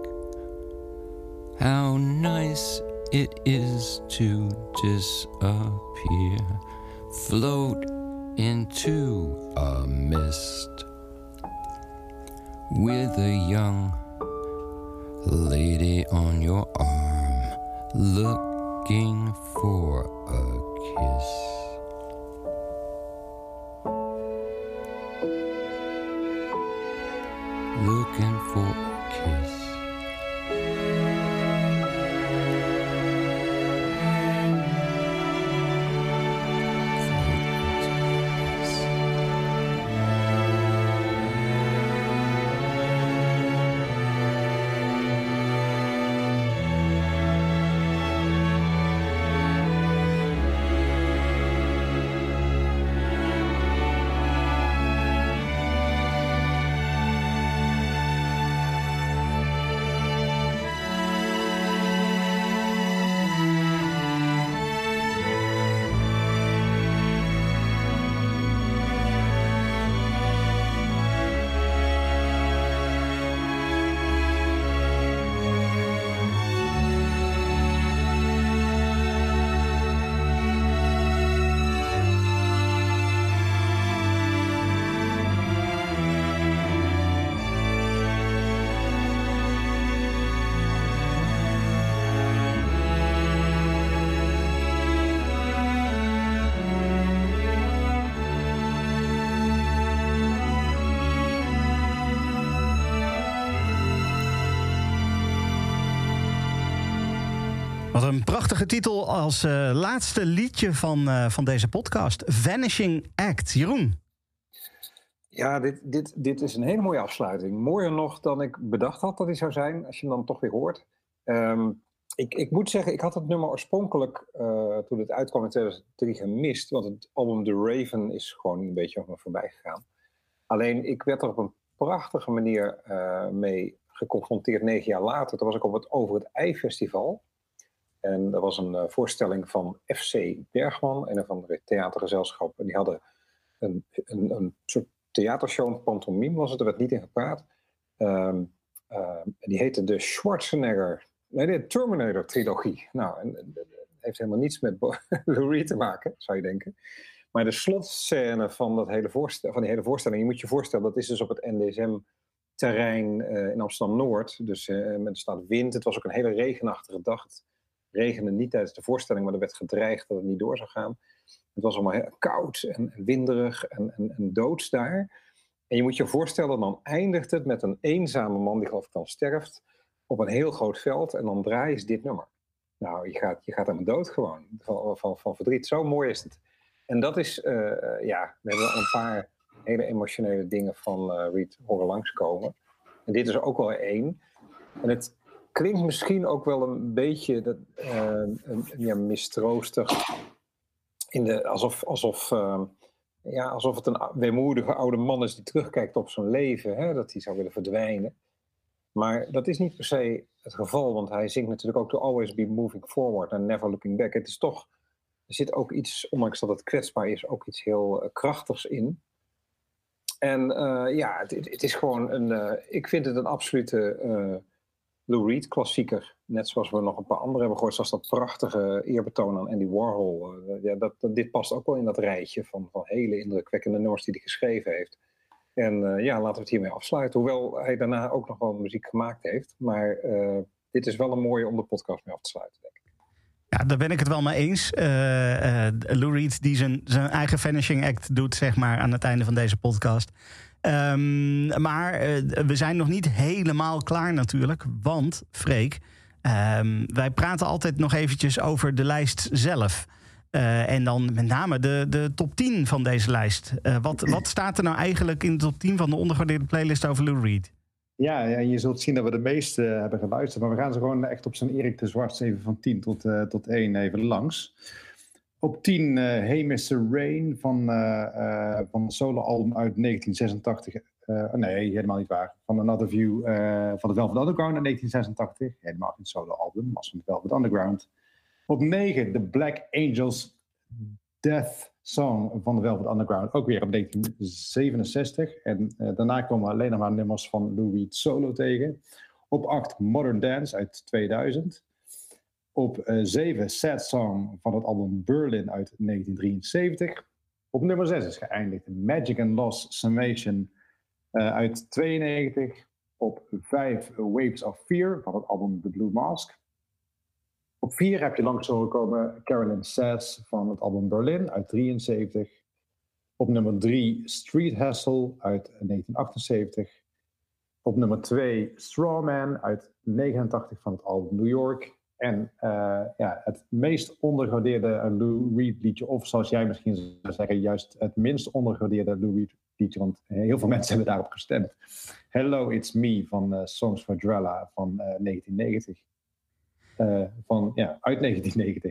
How nice it is to disappear, float into a mist with a young lady on your arm, looking for a kiss. Looking for a kiss. Wat een prachtige titel als uh, laatste liedje van, uh, van deze podcast. Vanishing Act. Jeroen. Ja, dit, dit, dit is een hele mooie afsluiting. Mooier nog dan ik bedacht had dat hij zou zijn, als je hem dan toch weer hoort. Um, ik, ik moet zeggen, ik had het nummer oorspronkelijk, uh, toen het uitkwam in tweeduizend drie, gemist. Want het album The Raven is gewoon een beetje over me voorbij gegaan. Alleen, ik werd er op een prachtige manier uh, mee geconfronteerd negen jaar later. Toen was ik op het Over het IJ Festival. En dat was een uh, voorstelling van F C Bergman, een of andere theatergezelschap. En die hadden een, een, een soort theatershow, een pantomime was het, er werd niet in gepraat. Um, uh, en die heette de Schwarzenegger, nee, de Terminator-trilogie. Nou, en, en, dat heeft helemaal niets met Lou Reed te maken, zou je denken. Maar de slotscène van, dat hele voorstel, van die hele voorstelling, je moet je voorstellen, dat is dus op het N D S M-terrein uh, in Amsterdam-Noord. Dus uh, er staat wind, het was ook een hele regenachtige dag. Het regende niet tijdens de voorstelling, maar er werd gedreigd dat het niet door zou gaan. Het was allemaal heel koud en winderig en, en, en doods daar. En je moet je voorstellen, dan eindigt het met een eenzame man, die geloof ik dan sterft, op een heel groot veld. En dan draaien ze dit nummer. Nou, je gaat, je gaat helemaal dood gewoon, van, van, van verdriet. Zo mooi is het. En dat is, uh, ja, we hebben een paar hele emotionele dingen van uh, Reed horen langskomen. En dit is ook wel één. En het klinkt misschien ook wel een beetje dat, uh, een, ja, mistroostig. In de, alsof, alsof, uh, ja, alsof het een weemoedige oude man is die terugkijkt op zijn leven. Hè, dat hij zou willen verdwijnen. Maar dat is niet per se het geval. Want hij zingt natuurlijk ook to always be moving forward and never looking back. Het is toch, er zit ook iets, ondanks dat het kwetsbaar is, ook iets heel uh, krachtigs in. En uh, ja, het, het is gewoon een, uh, ik vind het een absolute uh, Lou Reed klassieker. Net zoals we nog een paar andere hebben gehoord, zoals dat prachtige eerbetoon aan Andy Warhol. Uh, ja, dat, dat, dit past ook wel in dat rijtje van, van hele indrukwekkende nummers die hij geschreven heeft. En uh, ja, laten we het hiermee afsluiten. Hoewel hij daarna ook nog wel muziek gemaakt heeft. Maar uh, dit is wel een mooie om de podcast mee af te sluiten, denk ik. Ja, daar ben ik het wel mee eens. Uh, uh, Lou Reed die zijn, zijn eigen vanishing act doet, zeg maar, aan het einde van deze podcast. Um, maar uh, we zijn nog niet helemaal klaar natuurlijk. Want, Freek, um, wij praten altijd nog eventjes over de lijst zelf. Uh, en dan met name de, de top tien van deze lijst. Uh, wat, wat staat er nou eigenlijk in de top tien van de ondergewaardeerde playlist over Lou Reed? Ja, en je zult zien dat we de meeste uh, hebben geluisterd. Maar we gaan ze gewoon echt op zijn Erik de Zwart even van tien tot, uh, tot één even langs. Op tien, uh, Hey mister Rain van, uh, uh, van een solo-album uit negentien zesentachtig. Uh, nee, helemaal niet waar. Van Another View uh, van het Velvet Underground in negentien zesentachtig. Helemaal geen solo-album, maar van het Velvet Underground. Op negen, The Black Angels Death Song van de Velvet Underground. Ook weer op negentien zevenenzestig. En uh, daarna komen alleen nog maar nummers van Lou Reed solo tegen. Op acht, Modern Dance uit tweeduizend. Op uh, zeven, Sad Song van het album Berlin uit negentien drieënzeventig. Op nummer zes is geëindigd Magic and Lost Summation uh, uit tweeënnegentig. Op vijf, Waves of Fear van het album The Blue Mask. Op vier heb je langs horen komen Carolyn Sass van het album Berlin uit drieënzeventig. Op nummer drie Street Hustle uit negentien achtenzeventig. Op nummer twee Strawman uit negenentachtig van het album New York. En uh, ja, het meest ondergewaardeerde Lou Reed liedje, of zoals jij misschien zou zeggen, juist het minst ondergewaardeerde Lou Reed liedje, want heel veel mensen hebben daarop gestemd. Hello, It's Me van uh, Songs for Drella van uh, negentien negentig. Uh, van, ja, uit negentien negentig.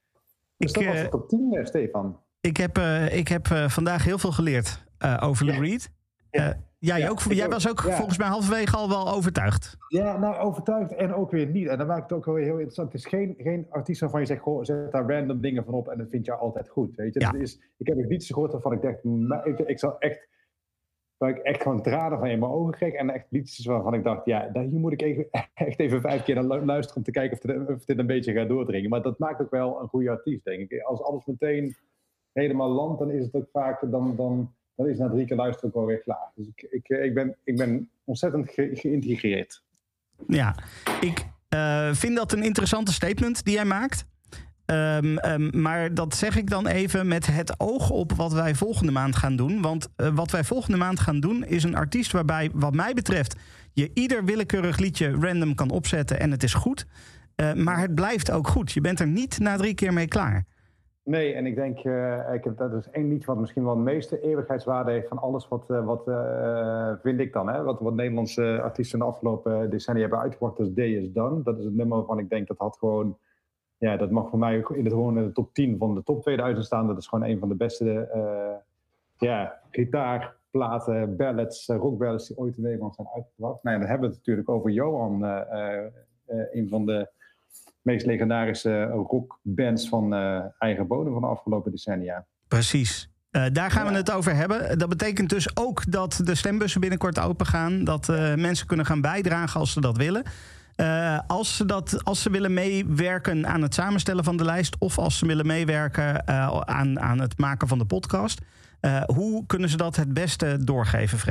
Dus ik, dat was het top tien, uh, Stefan. Ik heb, uh, ik heb uh, vandaag heel veel geleerd uh, over Lou ja. Reed. Ja. Uh, jij, ja, ook, jij ook. was ook ja. volgens mij halverwege al wel overtuigd. Ja, nou overtuigd en ook weer niet. En dat maakt het ook wel heel interessant. Het is geen, geen artiest waarvan je zegt, goh, zet daar random dingen van op en dat vind je altijd goed. Weet je? Ja. Dat is, ik heb ook niets gehoord waarvan ik dacht, maar ik, ik zal echt... waar ik echt gewoon tranen van in mijn ogen kreeg. En echt liedjes waarvan ik dacht, ja, hier moet ik even, echt even vijf keer naar luisteren om te kijken of dit, of dit een beetje gaat doordringen. Maar dat maakt ook wel een goede artiest, denk ik. Als alles meteen helemaal landt, dan is het ook vaak, dan, dan, dan is na drie keer luisteren ook wel weer klaar. Dus ik, ik, ik, ben, ik ben ontzettend ge, geïntegreerd. Ja, ik uh, vind dat een interessante statement die jij maakt. Um, um, maar dat zeg ik dan even met het oog op wat wij volgende maand gaan doen. Want uh, wat wij volgende maand gaan doen is een artiest waarbij, wat mij betreft, je ieder willekeurig liedje random kan opzetten en het is goed. Uh, maar het blijft ook goed. Je bent er niet na drie keer mee klaar. Nee, en ik denk, uh, ik heb, dat is één liedje wat misschien wel de meeste eeuwigheidswaarde heeft van alles wat, uh, wat uh, vind ik dan, hè? Wat, wat Nederlandse artiesten de afgelopen decennia hebben uitgebracht als Day Is Done. Dat is het nummer waarvan ik denk dat had gewoon... Ja, dat mag voor mij ook in, het, gewoon in de top tien van de top tweeduizend staan. Dat is gewoon een van de beste uh, ja, gitaarplaten, ballads, uh, rockballads die ooit in Nederland zijn uitgebracht. Nou ja, dan hebben we het natuurlijk over Johan, uh, uh, uh, een van de meest legendarische rockbands van uh, eigen bodem van de afgelopen decennia. Precies. Uh, daar gaan ja. we het over hebben. Dat betekent dus ook dat de stembussen binnenkort open gaan. Dat uh, mensen kunnen gaan bijdragen als ze dat willen. Uh, als, ze dat, als ze willen meewerken aan het samenstellen van de lijst... of als ze willen meewerken uh, aan, aan het maken van de podcast... Uh, hoe kunnen ze dat het beste doorgeven, Freek?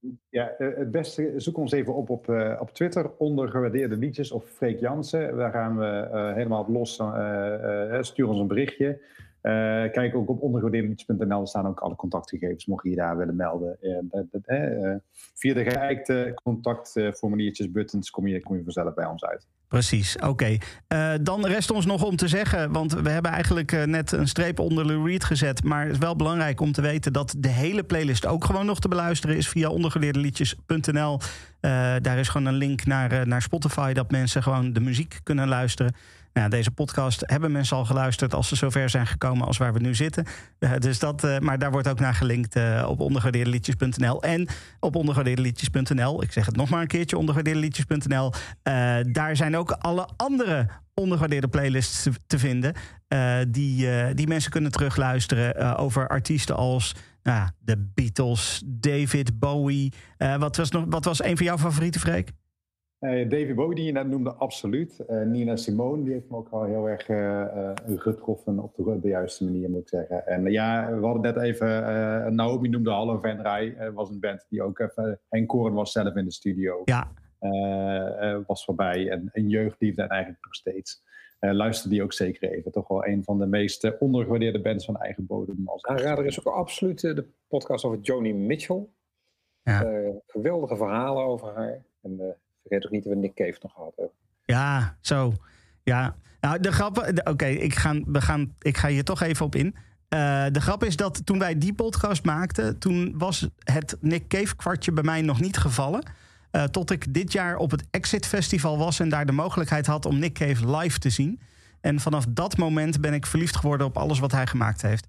Ja, het beste, zoek ons even op op, uh, op Twitter, ondergewaardeerde liedjes of Freek Jansen. Daar gaan we uh, helemaal op los, uh, uh, stuur ons een berichtje. Uh, kijk ook op ondergewaardeerde liedjes punt n l, er staan ook alle contactgegevens, mocht je je daar willen melden. Uh, dat, dat, uh, via de geëikte contactformuliertjes, buttons, kom je, kom je vanzelf bij ons uit. Precies, oké. Okay. Uh, dan rest ons nog om te zeggen, want we hebben eigenlijk uh, net een streep onder Lou Reed gezet, maar het is wel belangrijk om te weten dat de hele playlist ook gewoon nog te beluisteren is via ondergewaardeerde liedjes punt n l. Uh, daar is gewoon een link naar, uh, naar Spotify, dat mensen gewoon de muziek kunnen luisteren. Nou, deze podcast hebben mensen al geluisterd als ze zover zijn gekomen als waar we nu zitten. Uh, dus dat, uh, maar daar wordt ook naar gelinkt uh, op ondergewaardeerde liedjes punt n l en op ondergewaardeerde liedjes punt n l. Ik zeg het nog maar een keertje, ondergewaardeerde liedjes punt n l. Uh, daar zijn ook alle andere ondergewaardeerde playlists te vinden. Uh, die, uh, die mensen kunnen terugluisteren uh, over artiesten als uh, de Beatles, David Bowie. Uh, wat, was nog, wat was een van jouw favorieten, Freek? Uh, David Bowie, die je net noemde, absoluut. Uh, Nina Simone, die heeft me ook wel heel erg uh, uh, getroffen op de, de juiste manier, moet ik zeggen. En uh, ja, we hadden net even, uh, Naomi noemde Hallo Van Rij, uh, was een band die ook even, en Koren was zelf in de studio. Ja. Uh, uh, was voorbij en een jeugdliefde en eigenlijk nog steeds. Uh, luister die ook zeker even. Toch wel een van de meest uh, ondergewaardeerde bands van eigen bodem. Als Aanrader is ook absoluut uh, de podcast over Joni Mitchell. Ja. Uh, geweldige verhalen over haar. En uh, vergeet ook niet dat we Nick Cave nog gehad hebben. Ja, zo. Ja. Nou, de grap... Oké, okay, ik, ga, we gaan, ik ga hier toch even op in. Uh, de grap is dat toen wij die podcast maakten, toen was het Nick Cave kwartje bij mij nog niet gevallen. Uh, tot ik dit jaar op het Exit Festival was en daar de mogelijkheid had om Nick Cave live te zien. En vanaf dat moment ben ik verliefd geworden op alles wat hij gemaakt heeft.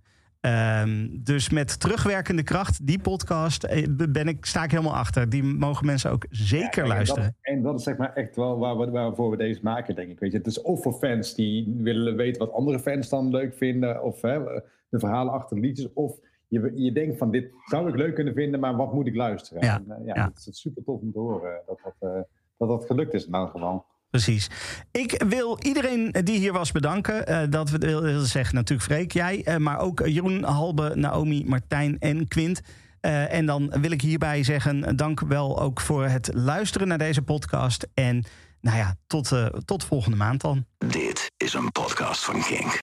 Um, dus met terugwerkende kracht, die podcast, ben ik, sta ik helemaal achter. Die mogen mensen ook zeker ja, luisteren. En dat, en dat is zeg maar echt wel waar, waarvoor we deze maken, denk ik. Weet je, het is of voor fans die willen weten wat andere fans dan leuk vinden, of hè, de verhalen achter de liedjes, of je, je denkt van dit zou ik leuk kunnen vinden, maar wat moet ik luisteren? Ja, en, uh, ja, ja. Het is super tof om te horen dat dat, uh, dat, dat gelukt is in elk geval. Precies. Ik wil iedereen die hier was bedanken. Uh, dat we willen zeggen natuurlijk Freek, jij. Uh, maar ook Jeroen, Halbe, Naomi, Martijn en Quint. Uh, en dan wil ik hierbij zeggen, dank wel ook voor het luisteren naar deze podcast. En nou ja, tot, uh, tot volgende maand dan. Dit is een podcast van Kink.